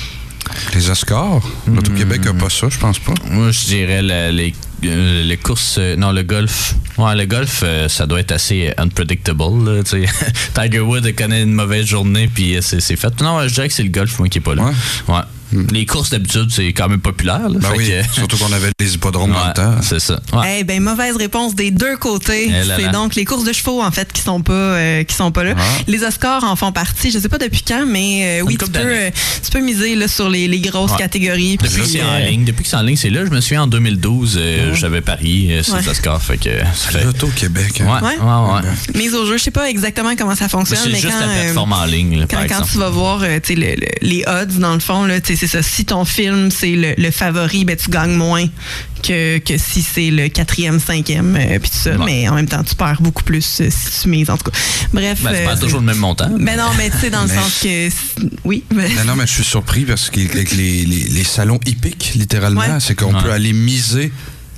Les Oscars, l'Auto-Québec n'a pas ça, je pense pas. Moi, je dirais la- les, euh, les courses. euh, non, le golf. Ouais, le golf, euh, ça doit être assez unpredictable. Là, tu sais. Tiger Woods connaît une mauvaise journée, puis euh, c'est c'est fait. Non, je dirais que c'est le golf, moi, qui est pas là. Ouais. Ouais. Les courses, d'habitude, c'est quand même populaire. Là, Ben fait oui, que- surtout qu'on avait les hippodromes dans le Ouais, temps. c'est ça. Ouais. Eh ben mauvaise réponse des deux côtés. Eh là C'est là. donc les courses de chevaux en fait qui sont pas euh, qui sont pas là. Ah. Les Oscars en font partie. Je sais pas depuis quand, mais euh, oui, tu couple peux d'années. euh, tu peux miser là, sur les, les grosses Ouais. catégories. Depuis puis, que c'est euh, en ligne, depuis que c'est en ligne, c'est là. Je me souviens en deux mille douze, euh, j'avais parié euh, sur Ouais. les Oscars. Fait que ça fait- L'Auto-Québec. Ouais, hein. ouais, ouais. Mise au jeu, je sais pas exactement comment ça fonctionne, C'est mais juste quand la euh, plateforme en ligne, là, Quand, par quand exemple. tu vas voir euh, tu sais, le- le- les odds, dans le fond, là, tu sais, c'est ça. Si ton film, c'est le, le favori, ben, tu gagnes moins que, que si c'est le quatrième, cinquième, euh, puis tout ça. Ouais. Mais en même temps, tu perds beaucoup plus euh, si tu mises, en tout cas. Bref. Ben, tu euh, perds toujours le même montant. Ben non, mais tu sais, dans le Mais- sens que... Oui. ben- Mais non, mais je suis surpris parce que avec les, les, les salons hippiques, littéralement, Ouais. c'est qu'on Ouais. peut aller miser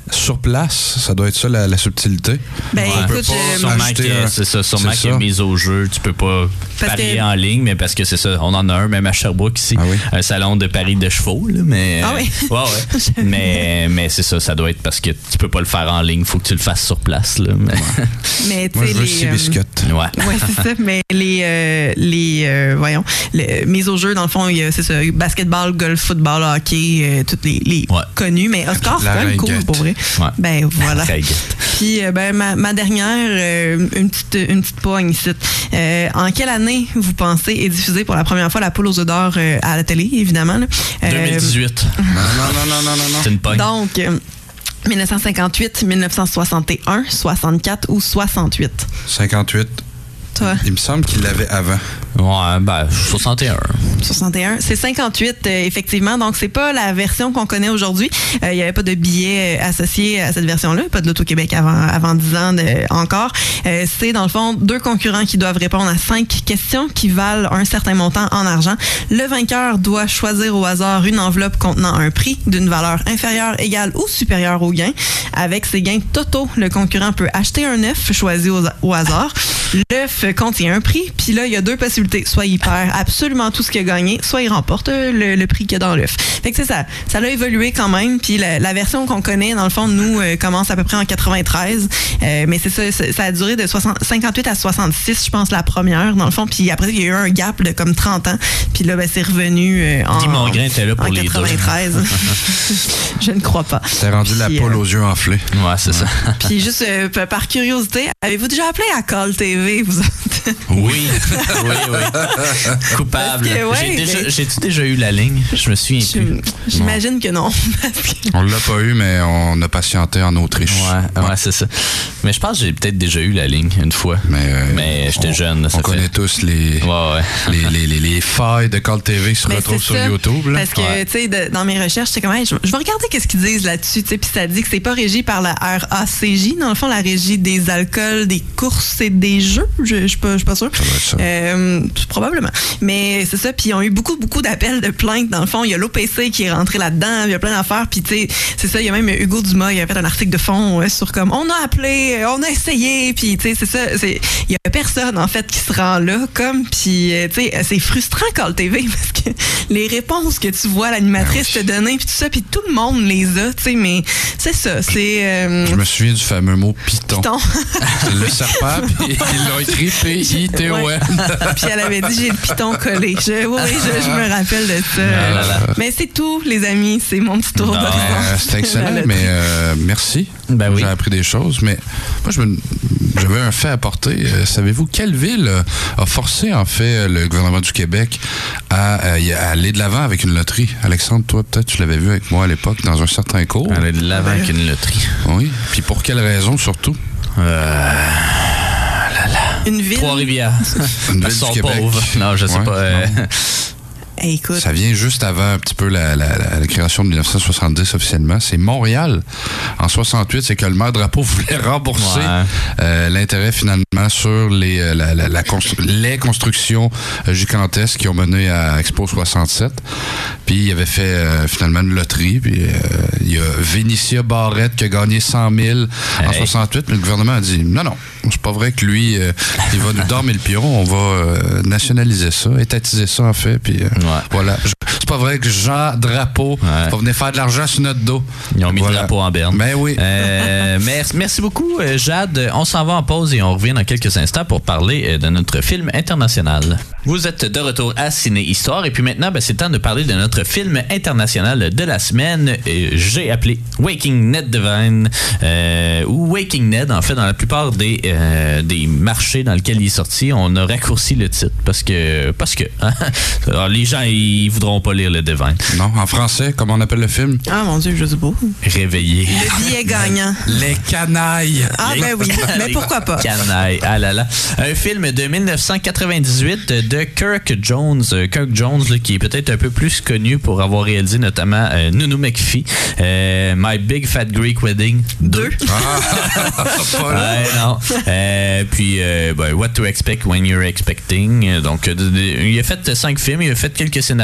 sur place, ça doit être ça la, la subtilité. Ben, Ouais. écoute, euh, Sûrement acheter que un- c'est ça, sûrement c'est qu'il y a ça. mise au jeu. Tu peux pas Parce parier que- en ligne, mais parce que c'est ça, on en a un, même à Sherbrooke ici, Ah oui? un salon de paris de chevaux. Là, mais, Ah oui? Ouais, ouais. mais, mais c'est ça, ça doit être parce que tu peux pas le faire en ligne, faut que tu le fasses sur place. Là, mais... mais tu Moi, sais, je veux les. six euh, biscuits. ouais. Ouais, c'est ça, mais les, euh, les euh, voyons, les mises au jeu, dans le fond, il y a, c'est ça, basketball, golf, football, hockey, euh, toutes les, les Ouais. connus, mais Oscar, c'est La quand même cool, ringuette. pour vrai. Ouais. Ben, voilà. Ringuette. Puis, euh, ben, ma, ma dernière, euh, une petite, une petite poigne ici. Euh, en quelle année, vous pensez, est diffusée pour la première fois la poule aux œufs d'or euh, à la télé, évidemment? Là? Euh, deux mille dix-huit. Non, non, non, non, non, non, non. C'est une pogne. donc, euh, mille neuf cent cinquante-huit, mille neuf cent soixante et un, soixante-quatre ou soixante-huit? cinquante-huit. Toi? Il me semble qu'il l'avait avant. Ouais, ben, soixante et un. soixante et un. C'est cinquante-huit, euh, effectivement. Donc, c'est pas la version qu'on connaît aujourd'hui. Euh, Il n'y avait pas de billets euh, associés à cette version-là. Pas de l'Auto-Québec avant, avant dix ans de- encore. Euh, c'est, dans le fond, deux concurrents qui doivent répondre à cinq questions qui valent un certain montant en argent. Le vainqueur doit choisir au hasard une enveloppe contenant un prix d'une valeur inférieure, égale ou supérieure au gain. Avec ses gains totaux, le concurrent peut acheter un œuf choisi au, au hasard. L'œuf contient un prix, puis là, il y a deux possibilités. Soit il perd absolument tout ce qu'il a gagné, soit il remporte euh, le, le prix qu'il y a dans l'œuf. Fait que c'est ça. Ça l'a évolué quand même, puis la, la version qu'on connaît, dans le fond, nous, euh, commence à peu près en quatre-vingt-treize. Euh, mais c'est ça, ça, ça a duré de soixante, cinquante-huit à soixante-six, je pense, la première, dans le fond. Puis après, il y a eu un gap de comme trente ans. Puis là, ben, c'est revenu euh, en, Guy Mongrain était là pour en les deux. quatre-vingt-treize. Je ne crois pas. T'as rendu la Puis, poule euh, aux yeux enflés. Ouais, c'est ça. Puis juste euh, p- par curiosité, avez-vous déjà appelé à Call T V, vous autres? Oui, oui, oui. Coupable. Parce que, ouais, J'ai déjà- mais- J'ai-tu déjà eu la ligne? Je me souviens plus. J'im- J'imagine que non. Parce que- On l'a pas eu, mais on a patienté en Autriche. Ouais, ouais, c'est ça. Mais je pense que j'ai peut-être déjà eu la ligne une fois. Mais, euh, Mais j'étais on- jeune, là, ça On connaît fait- tous les, Ouais, ouais. les, les, les, les failles de Call T V qui se Mais retrouvent c'est sur ça. YouTube. Là. Parce que, Ouais. tu sais, de- dans mes recherches, j'étais comme, hey, je, je vais regarder qu'est-ce qu'ils disent là-dessus, tu sais, puis ça dit que c'est pas régi par la R A C J, dans le fond, la régie des alcools, des courses et des jeux. Je je suis pas, je suis pas sûre. Ça doit être ça. Euh, probablement. Mais c'est ça, puis ils ont eu beaucoup, beaucoup d'appels de plaintes, dans le fond. Il y a l'O P C qui est rentré là-dedans, il y a plein d'affaires, puis tu sais, c'est ça, il y a même Hugo Dumas, il a fait un article de fond euh, sur comme, on a appelé, euh, on a essayé, puis tu sais, c'est ça, c'est, il y a personne, en fait, qui se rend là, comme, puis euh, tu sais, c'est frustrant, Call T V, parce que les réponses que tu vois l'animatrice Ben oui. te donner, puis tout ça, puis tout le monde les a, tu sais, mais c'est ça, c'est... euh, Je me souviens du fameux mot python. Python. Le serpent, puis ils l'ont écrit P I T O N. Puis elle avait dit j'ai le piton collé. Je, oui, oui, je, je me rappelle de ça. Ah là là. Mais c'est tout, les amis. C'est mon petit tour Non, d'horizon. Euh, C'était excellent, La mais euh, merci. Ben oui. J'ai appris des choses, mais moi, je me- j'avais un fait à apporter. Euh, savez-vous quelle ville euh, a forcé, en fait, le gouvernement du Québec à, euh, y- à aller de l'avant avec une loterie? Alexandre, toi, peut-être, tu l'avais vu avec moi à l'époque dans un certain cours. Elle est de l'avant avec une loterie. Oui. Puis pour quelle raison, surtout? Euh, Une ville. Trois-Rivières. Une Elles ville sont du Québec. pauvres. Non, je sais Ouais, pas. euh, Hey, écoute. Ça vient juste avant un petit peu la, la- la- la création de dix-neuf cent soixante-dix officiellement. C'est Montréal. En soixante-huit, c'est que le maire Drapeau voulait rembourser Ouais. euh, l'intérêt finalement sur les, euh, la, la- la constru- les constructions euh, gigantesques qui ont mené à Expo soixante-sept. Puis il avait fait euh, finalement une loterie. Puis euh, il y a Vénitia Barrette qui a gagné cent mille en Hey. soixante-huit. Mais le gouvernement a dit non, non, c'est pas vrai que lui, euh, il va nous dormir le pion. On va euh, nationaliser ça, étatiser ça en fait. Puis euh, Ouais. voilà. Je- C'est pas vrai que Jean Drapeau Ouais. va venir faire de l'argent sur notre dos. Ils ont mis Voilà. le drapeau en berne. Ben oui. Euh, merci, merci beaucoup, euh, Jade. On s'en va en pause et on revient dans quelques instants pour parler euh, de notre film international. Vous êtes de retour à Ciné Histoire et puis maintenant, ben, c'est le temps de parler de notre film international de la semaine. Euh, J'ai appelé Waking Ned Devine euh, ou Waking Ned. En fait, dans la plupart des, euh, des marchés dans lesquels il est sorti, on a raccourci le titre parce que parce que hein, alors, les gens ils voudront pas lire le Devine. Non, en français, comment on appelle le film? Ah mon Dieu, je sais pas. Réveillé. Le billet gagnant. Les canailles. Ah ben oui, mais pourquoi pas? Canaille. Ah là là. Un film de dix-neuf cent quatre-vingt-dix-huit de Kirk Jones. Euh, Kirk Jones, là, qui est peut-être un peu plus connu pour avoir réalisé notamment euh, Nounou McPhee, euh, My Big Fat Greek Wedding deux. Ouais, non. Euh, puis, euh, ben, What to Expect When You're Expecting. Donc, euh, de- de- il a fait cinq films, il a fait quelques scénarios aussi,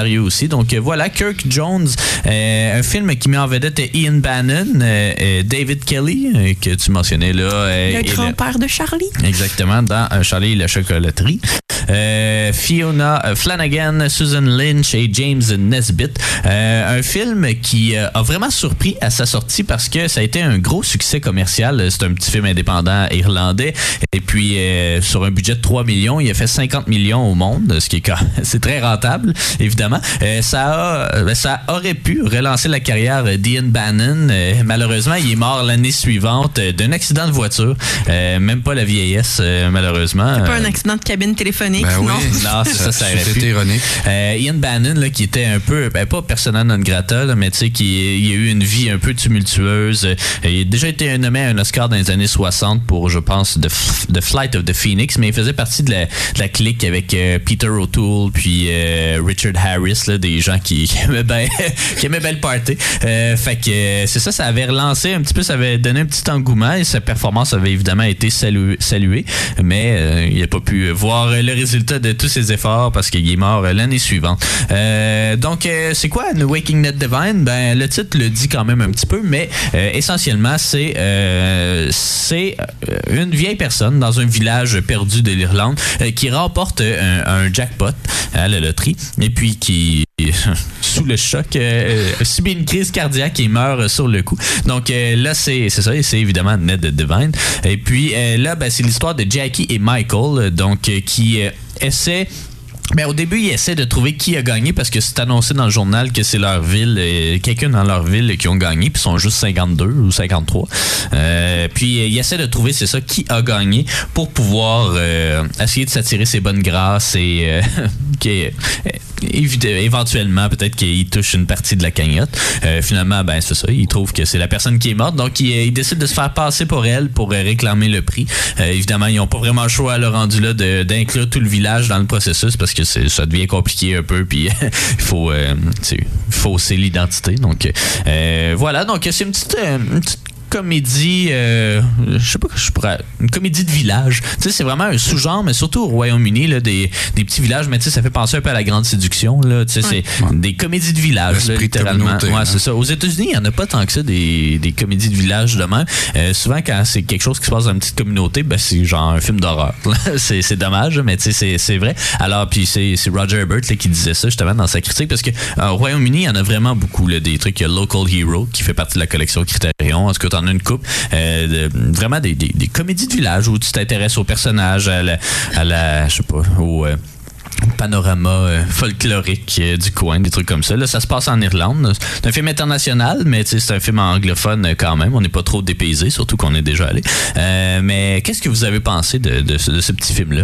Donc euh, voilà, Kirk Jones, euh, un film qui met en vedette Ian Bannon, euh, euh, David Kelly, euh, que tu mentionnais là. Euh, le grand-père le... de Charlie. Exactement, dans euh, Charlie et la chocolaterie. Euh, Fiona Flanagan, Susan Lynch et James Nesbitt. Euh, un film qui euh, a vraiment surpris à sa sortie parce que ça a été un gros succès commercial. C'est un petit film indépendant irlandais. Et puis, euh, sur un budget de trois millions, il a fait cinquante millions au monde, ce qui est c'est très rentable, évidemment. Euh, ça, a, ça aurait pu relancer la carrière d'Ian Bannon. Euh, malheureusement, il est mort l'année suivante euh, d'un accident de voiture. Euh, même pas la vieillesse, euh, malheureusement. C'est pas un accident de cabine téléphonique, ben non? Oui. Non, c'est ça, ça aurait pu. C'était ironique. Euh, Ian Bannon, là, qui était un peu, ben, pas persona non grata, là, mais tu sais, qui il a eu une vie un peu tumultueuse. Euh, il a déjà été nommé à un Oscar dans les années soixante pour, je pense, The, F- The Flight of the Phoenix, mais il faisait partie de la, de la clique avec euh, Peter O'Toole puis euh, Richard Harris, là, des gens qui, qui aimaient bien qui aimaient bien le party. Euh, fait que euh, c'est ça, ça avait relancé un petit peu, ça avait donné un petit engouement et sa performance avait évidemment été saluée, saluée mais euh, il n'a pas pu voir le résultat de tous ses efforts parce qu'il est mort l'année suivante. Euh, donc, euh, c'est quoi The Waking Ned Devine? Ben, le titre le dit quand même un petit peu, mais euh, essentiellement, c'est, euh, c'est une vieille personne dans un village perdu de l'Irlande euh, qui remporte un, un jackpot à la loterie et puis qui sous le choc euh, subit une crise cardiaque et meurt sur le coup. Donc euh, là c'est c'est ça, et c'est évidemment Ned Devine. Et puis euh, là ben, c'est l'histoire de Jackie et Michael donc euh, qui euh, essaient. Ben, au début, ils essaient de trouver qui a gagné parce que c'est annoncé dans le journal que c'est leur ville, euh, quelqu'un dans leur ville qui ont gagné, puis ils sont juste cinquante-deux ou cinquante-trois. Euh, puis ils essaient de trouver, c'est ça, qui a gagné pour pouvoir euh, essayer de s'attirer ses bonnes grâces et euh, qui, euh, éventuellement, peut-être qu'ils touchent une partie de la cagnotte. Euh, finalement, ben c'est ça, ils trouvent que c'est la personne qui est morte, donc ils, ils décident de se faire passer pour elle pour euh, réclamer le prix. Euh, évidemment, ils n'ont pas vraiment le choix à leur rendu là de, d'inclure tout le village dans le processus parce que C'est, ça devient compliqué un peu puis il faut euh, fausser l'identité donc euh, voilà donc c'est une petite, euh, une petite comédie, euh, je sais pas que je pourrais, une comédie de village. Tu sais, c'est vraiment un sous-genre, mais surtout au Royaume-Uni, là, des, des petits villages, mais tu sais, ça fait penser un peu à La Grande Séduction, là. Tu sais, ouais. c'est ouais. des comédies de village, là, littéralement. Ouais, hein. C'est ça. Aux États-Unis, il y en a pas tant que ça, des, des comédies de village de même. Euh, souvent, quand c'est quelque chose qui se passe dans une petite communauté, ben, c'est genre un film d'horreur. c'est, c'est dommage, mais tu sais, c'est, c'est vrai. Alors, puis c'est, c'est Roger Ebert, là, qui disait ça, justement, dans sa critique, parce que euh, au Royaume-Uni, il y en a vraiment beaucoup, là, des trucs. Il y a Local Hero, qui fait partie de la collection Criterion. En tout cas, t'en as une coupe. Euh, de, vraiment des, des, des comédies de village où tu t'intéresses aux personnages, à la, à la je sais pas, au euh, panorama euh, folklorique euh, du coin, des trucs comme ça. Là, ça se passe en Irlande. C'est un film international, mais c'est un film anglophone euh, quand même. On n'est pas trop dépaysé, surtout qu'on est déjà allé. Euh, mais qu'est-ce que vous avez pensé de, de, ce, de ce petit film-là?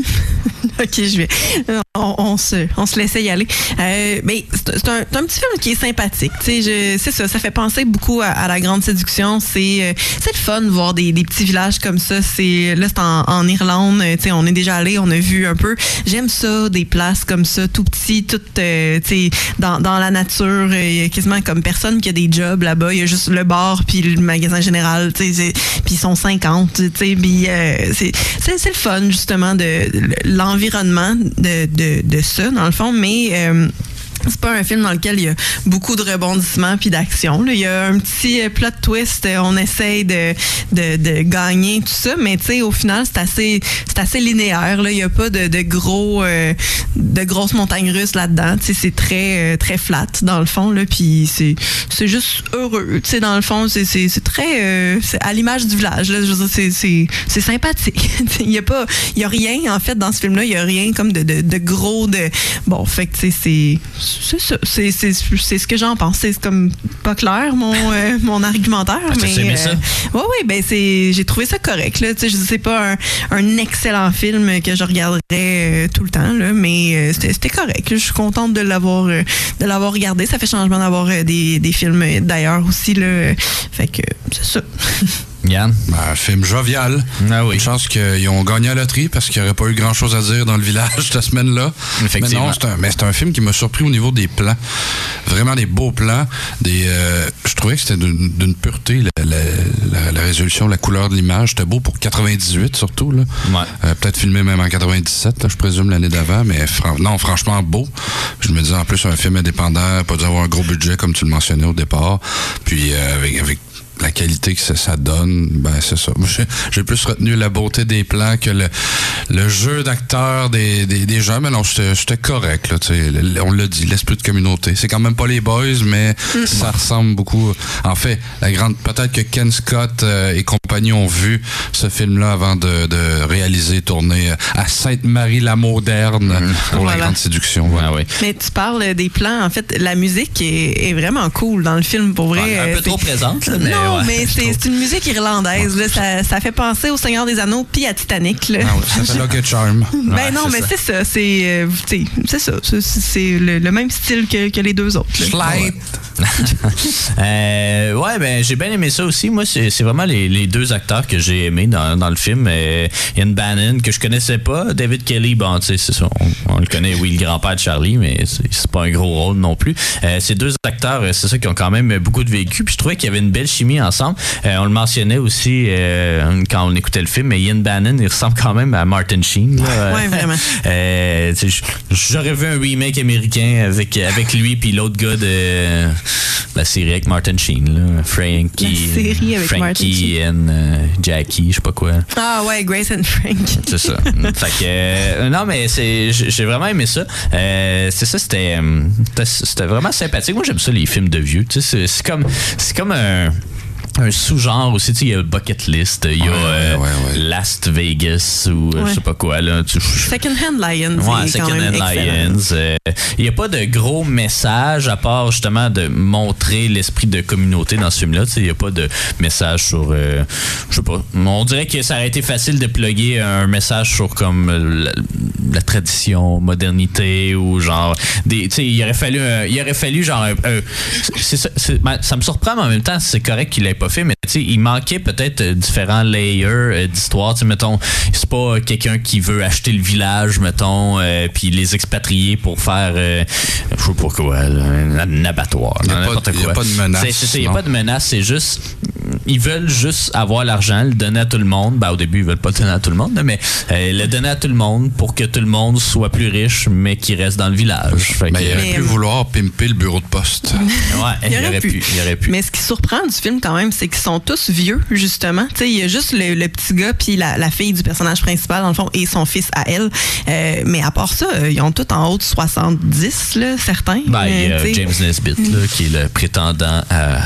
OK, je vais. On, on, se, on se laissait y aller. Euh, mais c'est, c'est, un, c'est un petit film qui est sympathique. Je, c'est ça, ça fait penser beaucoup à, à La Grande Séduction. C'est, c'est le fun de voir des, des petits villages comme ça. C'est, là, c'est en, en Irlande. On est déjà allé, on a vu un peu. J'aime ça, des places comme ça, tout petits, tout euh, dans, dans la nature. Il y a quasiment comme personne qui a des jobs là-bas. Il y a juste le bar puis le magasin général. Puis ils sont cinquante. Puis euh, c'est, c'est, c'est le fun, justement, de, de l'environnement de, de, de ça, dans le fond. Mais... Euh, c'est pas un film dans lequel il y a beaucoup de rebondissements puis d'action. Là. Il y a un petit plot twist, on essaye de, de, de gagner tout ça, mais tu sais, au final, c'est assez, c'est assez linéaire. Là. Il y a pas de, de gros, euh, de grosses montagnes russes là-dedans. Tu sais, c'est très, très flat dans le fond. Là, puis c'est, c'est juste heureux. Tu sais, dans le fond, c'est, c'est, c'est très, euh, c'est à l'image du village. Là. Je veux dire, c'est, c'est, c'est sympathique. Il y a pas, il y a rien en fait dans ce film-là. Il y a rien comme de, de, de gros, de bon, fait que tu sais, c'est C'est ça, c'est, c'est, c'est ce que j'en pense. C'est comme pas clair mon, euh, mon argumentaire. Ah, mais t'as aimé ça? Euh, ouais, ouais, ben c'est, j'ai trouvé ça correct. Là. Tu sais, je sais pas un, un excellent film que je regarderais euh, tout le temps, là, mais euh, c'était, c'était correct. Je suis contente de l'avoir, euh, de l'avoir regardé. Ça fait changement d'avoir euh, des, des films d'ailleurs aussi. Là. Fait que c'est ça. Yann? Ben, un film jovial. Ah oui. Une chance qu'ils ont gagné à la loterie parce qu'il n'y aurait pas eu grand-chose à dire dans le village cette semaine-là. Effectivement. Mais non, c'est un, mais c'est un film qui m'a surpris au niveau des plans. Vraiment des beaux plans. Des, euh, je trouvais que c'était d'une, d'une pureté, la, la, la, la résolution, la couleur de l'image. C'était beau pour quatre-vingt-dix-huit surtout. Là. Ouais. Euh, peut-être filmé même en quatre-vingt-dix-sept, là, je présume, l'année d'avant. Mais fran- non, franchement beau. Je me disais en plus un film indépendant, pas dû avoir un gros budget comme tu le mentionnais au départ. Puis euh, avec, avec la qualité que ça, ça donne, ben c'est ça. Moi, j'ai, j'ai plus retenu la beauté des plans que le, le jeu d'acteurs des, des, des gens. Mais non, c'était, c'était correct. Là, le, on l'a dit, l'esprit de communauté. C'est quand même pas les boys, mais mm. ça ressemble beaucoup. En fait, la grande, peut-être que Ken Scott euh, et compagnie ont vu ce film-là avant de, de réaliser, tourner à Sainte-Marie-la-Moderne mm. pour voilà. la grande séduction. Voilà. Ah oui. Mais tu parles des plans. En fait, la musique est, est vraiment cool dans le film, pour vrai. Ouais, un peu c'est... trop présente, là, mais non, ouais, mais c'est, c'est une musique irlandaise. Là. Ça, ça fait penser au Seigneur des Anneaux puis à Titanic. Là. Ah oui, ça fait Lucky Charm. Ben Ouais, non, c'est mais ça. c'est ça. C'est, euh, c'est, c'est ça. C'est, c'est le, le même style que, que les deux autres. Là. Slide. euh, ouais, ben j'ai bien aimé ça aussi. Moi, c'est, c'est vraiment les, les deux acteurs que j'ai aimés dans, dans le film. Euh, Ian Bannon, que je connaissais pas. David Kelly, bon, tu sais, c'est ça. On, on le connaît, oui, le grand-père de Charlie, mais c'est, c'est pas un gros rôle non plus. Euh, ces deux acteurs, c'est ça, qui ont quand même beaucoup de vécu. Puis je trouvais qu'il y avait une belle chimie ensemble. Euh, on le mentionnait aussi euh, quand on écoutait le film, mais Ian Bannon, il ressemble quand même à Martin Sheen. Là. Ouais, vraiment. euh, tu sais, j'aurais vu un remake américain avec, avec lui puis l'autre gars de la série avec Martin Sheen, là. Frankie. La série avec Frankie and uh, Jackie, je sais pas quoi. Ah ouais, Grace and Frank. C'est ça. Fait que, euh, non, mais c'est, j'ai vraiment aimé ça. Euh, c'est ça, c'était, c'était, c'était vraiment sympathique. Moi, j'aime ça, les films de vieux. Tu sais, c'est, c'est comme, c'est comme un. un sous-genre aussi, tu sais, il y a Bucket List, il y a ouais, euh, ouais, ouais. Last Vegas ou euh, Ouais. je sais pas quoi, là. Tu, Second Hand Lions. Ouais, c'est quand Second même Hand excellent. Lions. Euh, il n'y a pas de gros message à part justement de montrer l'esprit de communauté dans ce film-là. Il n'y a pas de message sur. Euh, je sais pas. On dirait que ça aurait été facile de plugger un message sur comme la, la tradition, modernité ou genre. Des, il aurait fallu. Un, il aurait fallu genre. Un, un, c'est ça, c'est, ben, ça me surprend, mais en même temps, c'est correct qu'il l'ait pas fait, mais il manquait peut-être différents layers euh, d'histoire. T'sais, mettons, c'est pas quelqu'un qui veut acheter le village, mettons, euh, puis les expatrier pour faire, euh, je sais pas quoi, là, un abattoir, Il n'y a, n'importe quoi. a pas de menace. C'est, c'est, c'est, il n'y a pas de menace, c'est juste, ils veulent juste avoir l'argent, le donner à tout le monde. Ben, au début, ils veulent pas le donner à tout le monde, mais euh, le donner à tout le monde pour que tout le monde soit plus riche, mais qu'il reste dans le village. Fait Ben, que, il aurait Mais, pu euh, vouloir pimper le bureau de poste. ouais, il, Il aurait aurait pu. pu. Il aurait pu. Mais ce qui surprend du film quand même, c'est qu'ils sont tous vieux, justement. Tu sais, il y a juste le, le petit gars puis la, la fille du personnage principal, dans le fond, et son fils à elle. Euh, mais à part ça, euh, ils ont tous en haut de soixante-dix, là, certains. Ben, il y a Euh, tu sais. James Nesbitt, là, qui est le prétendant à,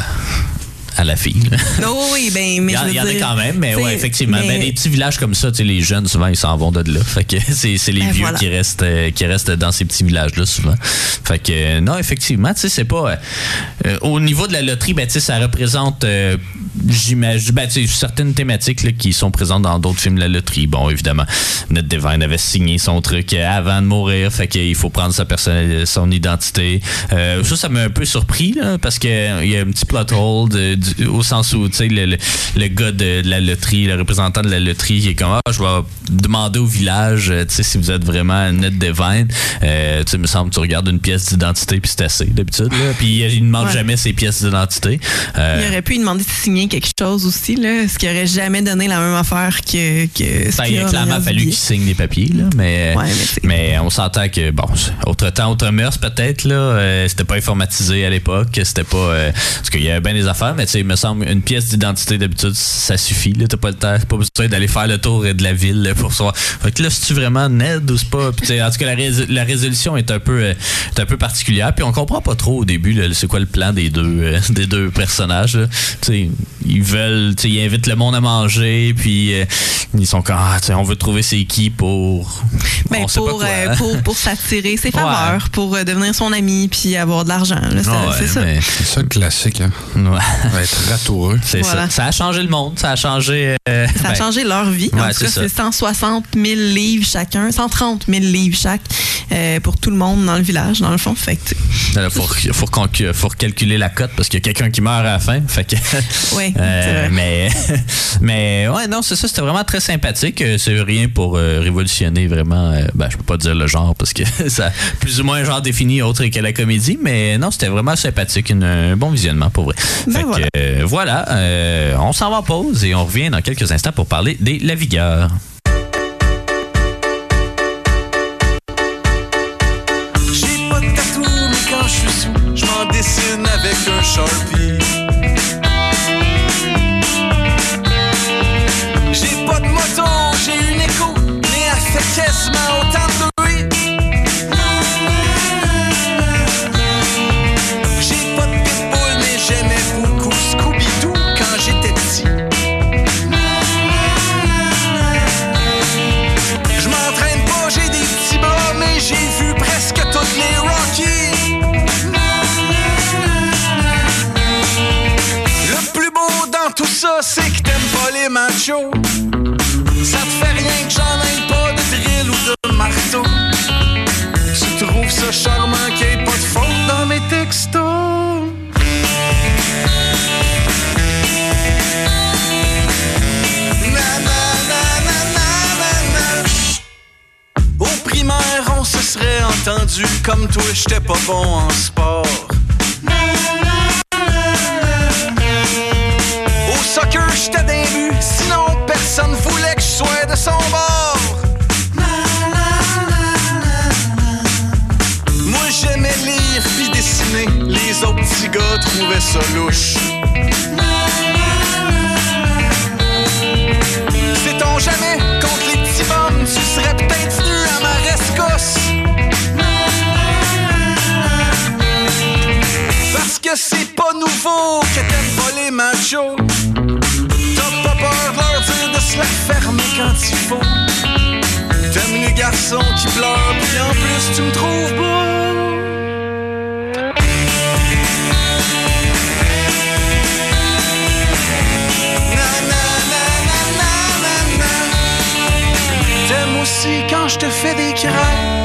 à la fille. Là. Oh oui, ben, mais Il y, en, je veux il y en a dire, quand même, mais tu sais, ouais, effectivement. mais- Ben, des petits villages comme ça, tu sais, les jeunes, souvent, ils s'en vont de là. Fait que c'est, c'est les Ben, vieux voilà. qui restent, euh, qui restent dans ces petits villages-là, souvent. Fait que, euh, non, effectivement, tu sais, c'est pas. Euh, euh, au niveau de la loterie, ben, tu sais, ça représente, euh, j'imagine, ben, tu sais, certaines thématiques là, qui sont présentes dans d'autres films de la loterie. Bon, évidemment, Ned Devine avait signé son truc euh, avant de mourir, fait qu'il faut prendre sa personnalité, son identité. Euh, ça, ça m'a un peu surpris, là, parce qu'il y a un petit plot hole de- du- au sens où, tu sais, le, le, le gars de, de la loterie, le représentant de la loterie, qui est comme, ah, je vais demander au village, euh, tu sais, si vous êtes vraiment Ned Devine. Euh, tu sais, me semble, tu regardes une pièce d'identité, puis c'est assez, d'habitude, là. Puis il ne demande Ouais. jamais ses pièces d'identité. Euh, Il aurait pu lui demander de signer quelque chose aussi, là, ce qui aurait jamais donné la même affaire que, que ce Ben, qu'il il y a a clairement derrière fallu du qu'il billet. signe des papiers, là, mais, Ouais, mais c'est- mais on s'entend que, bon, autre temps, autre mœurs, peut-être, là, euh, c'était pas informatisé à l'époque, c'était pas, euh, parce qu'il y avait bien des affaires, mais tu sais, il me semble, une pièce d'identité, d'habitude, ça suffit, là, t'as pas le temps, t'as pas besoin d'aller faire le tour de la ville, là, pour savoir. Fait que là, c'est-tu vraiment Ned ou c'est pas, puis tu sais, en tout cas, la, rés- la résolution est un peu, euh, est un peu particulière, puis on comprend pas trop au début, là, c'est quoi le plan des deux, euh, des deux personnages, là. Tu sais, ils veulent, tu sais, ils invitent le monde à manger, puis euh, ils sont comme, ah, tu sais, on veut trouver c'est qui pour, Ben, on sait pas pour, quoi. euh, pour, pour s'attirer ses Ouais. faveurs, pour euh, pour euh, devenir son ami puis avoir de l'argent. Là, ça- Ah ouais, c'est ça. mais- C'est ça le classique, hein? Ouais. Ouais, être ratoureux. C'est Voilà. ça. Ça a changé le monde. Ça a changé... Euh, Ça a ben, changé leur vie. Ouais, en tout c'est cas, ça. c'est cent soixante mille livres chacun, cent trente mille livres chaque euh, pour tout le monde dans le village, dans le fond. Fait que, Il faut, faut, recalculer, faut recalculer la cote parce qu'il y a quelqu'un qui meurt à la fin. Fait que, ouais, euh, c'est vrai. mais, mais ouais, non, c'est ça. C'était vraiment très sympathique. C'est rien pour euh, révolutionner vraiment. Euh, ben, je peux pas dire le genre parce que ça plus ou moins un genre défini autre que la comédie. Mais non, c'était vraiment sympathique. Une, un bon visionnement pour vrai. Ben Fait voilà. que, euh, voilà. Euh, on s'en va en pause et on revient dans quelques instants pour parler des Lavigueurs. J'ai pas de tatou, mais quand je suis sous, je m'en dessine avec un Sharpie. J'ai pas de moto, j'ai une écho, mais elle fait quasiment autant de bruit. J'ai pas de pitbull, mais j'aimais beaucoup Scooby-Doo quand j'étais petit. Je m'entraîne pas, j'ai des petits bras, mais j'ai vu presque toutes les Rocky. Le plus beau dans tout ça, c'est que t'aimes pas les machos. Ça te fait rien que j'en aille pas de drill ou de marteau. Tu trouves ça charmant qu'il y ait pas de faute dans mes textos. Na, na, na, na, na, na, na. Au primaire, on se serait entendu. Comme toi, j'étais pas bon en sport. Au soccer, j'étais d'un but. Sinon, personne voulait que je sois de son bord. Moi, j'aimais lire puis dessiner. Les autres petits gars trouvaient ça louche. Sait-on jamais, contre les petits bums, tu serais peut-être venu à ma rescousse. Parce que c'est pas nouveau que t'aimes pas les machos. T'as pas peur de leur dire de se la fermer quand il faut. T'aimes les garçons qui pleurent, puis en plus tu me trouves beau. Na, na, na, na, na, na, na. T'aimes aussi quand je te fais des crêpes.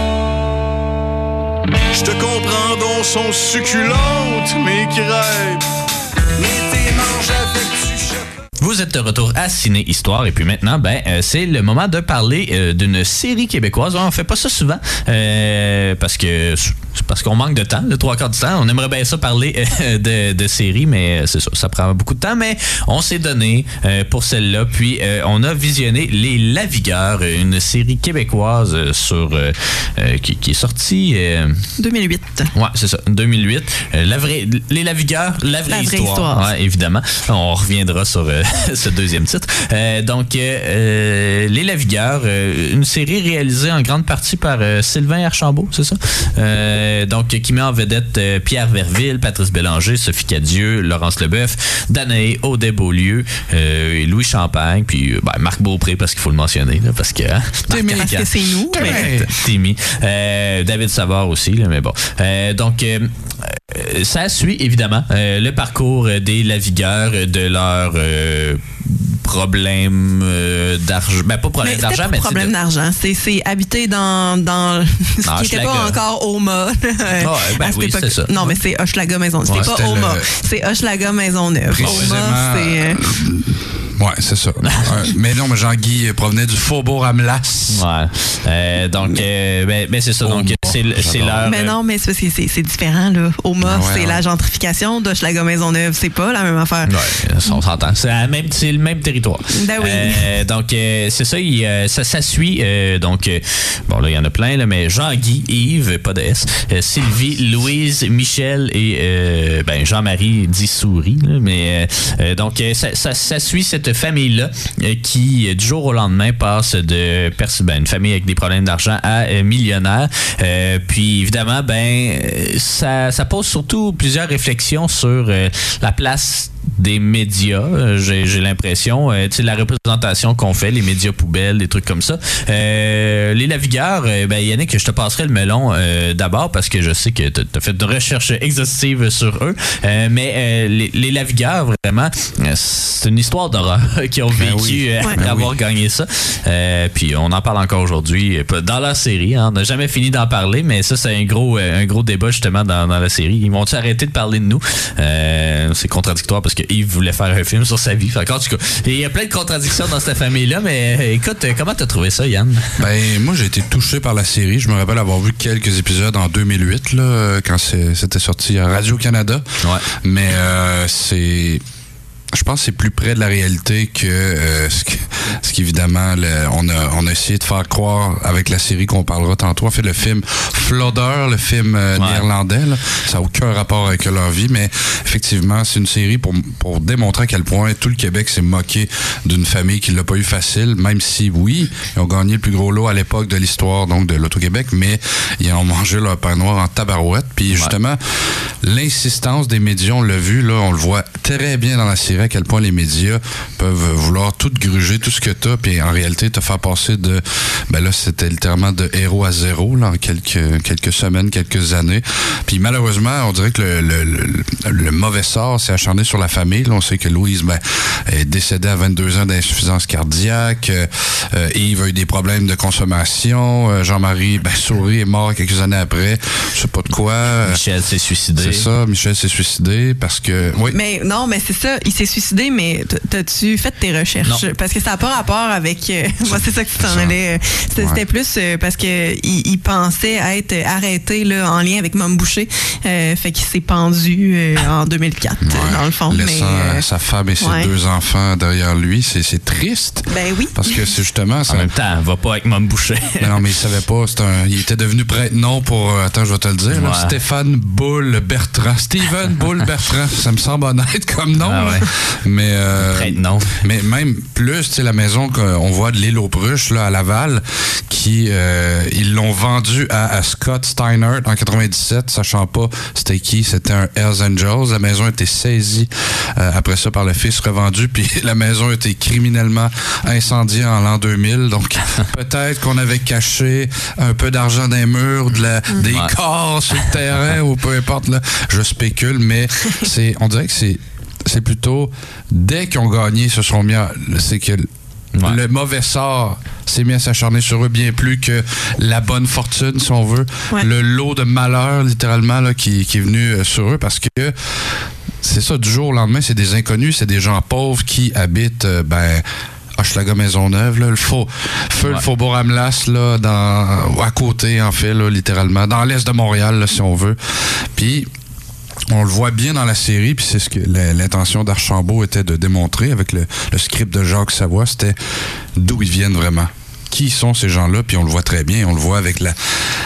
Je te comprends donc, sont succulentes mes crêpes. Mais t'es manges avec du chocolat. Vous êtes de retour à Ciné Histoire et puis maintenant, ben, euh, c'est le moment de parler euh, d'une série québécoise. On fait pas ça souvent euh, parce que c'est parce qu'on manque de temps, le trois quarts du temps. On aimerait bien ça parler euh, de, de séries, mais c'est ça, ça prend beaucoup de temps. Mais on s'est donné euh, pour celle-là. Puis euh, on a visionné Les Lavigueurs, une série québécoise euh, sur euh, euh, qui, qui est sortie euh, deux mille huit. ouais, c'est ça, deux mille huit. Euh, la vraie, Les Lavigueurs, la vraie La vraie histoire. histoire. Ouais, évidemment. On reviendra sur euh, ce deuxième titre. Euh, donc, euh, Les Lavigueurs, euh, une série réalisée en grande partie par euh, Sylvain Archambault, c'est ça? Euh, donc, qui met en vedette euh, Pierre Verville, Patrice Bélanger, Sophie Cadieux, Laurence Leboeuf, Danaé Audet-Beaulieu, euh, et Louis Champagne, puis ben, Marc Beaupré, parce qu'il faut le mentionner, là, parce que... Hein, Timmy, parce que c'est nous. Ouais, Timmy. Euh, David Savard aussi, là, mais bon. Euh, donc, euh, euh, ça suit évidemment euh, le parcours des Lavigueurs, de leur euh, problème euh, d'argent. Ben, pas problème Mais d'argent, c'était mais pas problème de... d'argent. C'est, c'est habiter dans, dans ce Ah, qui n'était pas Hochelaga. encore Oma. ouais, ben à cette oui, époque. c'est ça. Non, mais c'est Hochelaga Maisonneuve. Ouais, c'est pas c'était Oma. le- C'est Hochelaga Maisonneuve. Précisément, Oma, c'est... euh, Ouais, c'est ça. Ouais. Mais non, mais Jean-Guy provenait du Faubourg Amelas. Ouais. Euh, donc, euh, ben, ben, c'est ça. Oma, Donc, c'est, c'est j'adore. leur... Mais non, mais c'est, c'est, c'est, c'est différent, là. Oma, Ah ouais, c'est ouais. la gentrification. d'Hochelaga Maisonneuve, c'est pas la même affaire. Ouais, on s'entend. C'est, la même, c'est le même territoire. Ben oui. Euh, donc, euh, c'est ça, il, euh, ça, ça suit. Euh, donc, euh, bon, là, il y en a plein, là, mais Jean-Guy, Yves, pas de S, euh, Sylvie, Louise, Michel et euh, ben, Jean-Marie dit Souris. Là, mais euh, euh, donc, euh, ça, ça, ça suit cette famille-là euh, qui, euh, du jour au lendemain, passe de pers- ben, une famille avec des problèmes d'argent à euh, millionnaire. Euh, puis, évidemment, ben, euh, ça, ça pose surtout plusieurs réflexions sur euh, la place des médias, j'ai, j'ai l'impression. Euh, tu sais, la représentation qu'on fait, les médias poubelles, des trucs comme ça. Euh, les Lavigueurs, euh, ben Yannick, je te passerai le melon euh, d'abord parce que je sais que tu as fait de recherches exhaustives sur eux. Euh, mais euh, les, les Lavigueurs, vraiment, euh, c'est une histoire d'horreur qui ont vécu ben oui. euh, après ben avoir oui. gagné ça. Euh, puis on en parle encore aujourd'hui dans la série. Hein, on n'a jamais fini d'en parler, mais ça, c'est un gros, un gros débat justement dans, dans la série. Ils vont-tu arrêter de parler de nous? Euh, c'est contradictoire parce que Yves voulait faire un film sur sa vie. Fait, en tout cas, il y a plein de contradictions dans cette famille-là, mais écoute, comment t'as trouvé ça, Yann? Ben, moi, j'ai été touché par la série. Je me rappelle avoir vu quelques épisodes en deux mille huit, là, quand c'est, c'était sorti à Radio-Canada. Ouais. Mais euh, c'est... Je pense que c'est plus près de la réalité que euh, ce, que, ce qu'évidemment le, on a on a essayé de faire croire avec la série qu'on parlera tantôt. En fait, le film Flodder, le film euh, ouais. néerlandais, là, ça n'a aucun rapport avec leur vie, mais effectivement, c'est une série pour pour démontrer à quel point tout le Québec s'est moqué d'une famille qui l'a pas eu facile, même si, oui, ils ont gagné le plus gros lot à l'époque de l'histoire donc de l'Auto-Québec, mais ils ont mangé leur pain noir en tabarouette. Puis justement, ouais. l'insistance des médias, on l'a vu, là, on le voit très bien dans la série, à quel point les médias peuvent vouloir tout gruger, tout ce que t'as, puis en réalité te faire passer de, ben là c'était littéralement de héros à zéro là, en quelques quelques semaines, quelques années. Puis malheureusement, on dirait que le, le, le, le mauvais sort s'est acharné sur la famille. Là, on sait que Louise ben, est décédée à vingt-deux ans d'insuffisance cardiaque. Euh, Yves a eu des problèmes de consommation. Euh, Jean-Marie ben, Souris est mort quelques années après. Je sais pas de quoi. Michel s'est suicidé. C'est ça, Michel s'est suicidé parce que... Oui. Mais non, mais c'est ça, il s'est suicidé, mais t'as-tu fait tes recherches? Non. Parce que ça n'a pas rapport avec... Euh, moi, c'est ça que tu t'en allais... C'était, ouais. c'était plus euh, parce que il, il pensait être arrêté là, en lien avec Mom Boucher. Euh, fait qu'il s'est pendu euh, en deux mille quatre, ouais. dans le fond. Laissant mais, euh, sa femme et ses ouais. deux enfants derrière lui. C'est, c'est triste. Ben oui. Parce que c'est justement... En même temps, va pas avec Mom Boucher. non, non, mais il savait pas. C'est un, il était devenu prête-nom pour... Euh, attends, je vais te le dire. Ouais. Là, Stéphane Boule Bertrand. Steven Boule Bertrand. Ça me semble honnête comme nom. Ah ouais. Mais... Euh, prête-nom. Mais même plus, tu sais, la maison qu'on voit de l'île aux Pruches, là, à Laval, qui... Euh, ils l'ont vendu à, à Scott Steinert en quatre-vingt-dix-sept, sachant pas c'était qui. C'était un Hells Angels. La maison a été saisie euh, après ça par le fils revendu, puis la maison a été criminellement incendiée en l'an deux mille. Donc, peut-être qu'on avait caché un peu d'argent dans les murs, de la, des ouais. corps sur le terrain, ou peu importe, là. Je spécule, mais c'est, on dirait que c'est, c'est plutôt, dès qu'ils ont gagné, ils se sont mis à, c'est que ouais. le mauvais sort s'est mis à s'acharner sur eux bien plus que la bonne fortune, si on veut. Ouais. Le lot de malheur, littéralement, là, qui, qui est venu sur eux, parce que c'est ça, du jour au lendemain, c'est des inconnus, c'est des gens pauvres qui habitent, euh, ben, Hochelaga Maisonneuve, là, le faux, feu, ouais. le Faubourg Amelas, là, dans, à côté, en fait, là, littéralement, dans l'est de Montréal, là, si on veut. Puis, on le voit bien dans la série, puis c'est ce que l'intention d'Archambault était de démontrer avec le, le script de Jacques Savoie, c'était d'où ils viennent vraiment. Qui sont ces gens-là, puis on le voit très bien, on le voit avec la...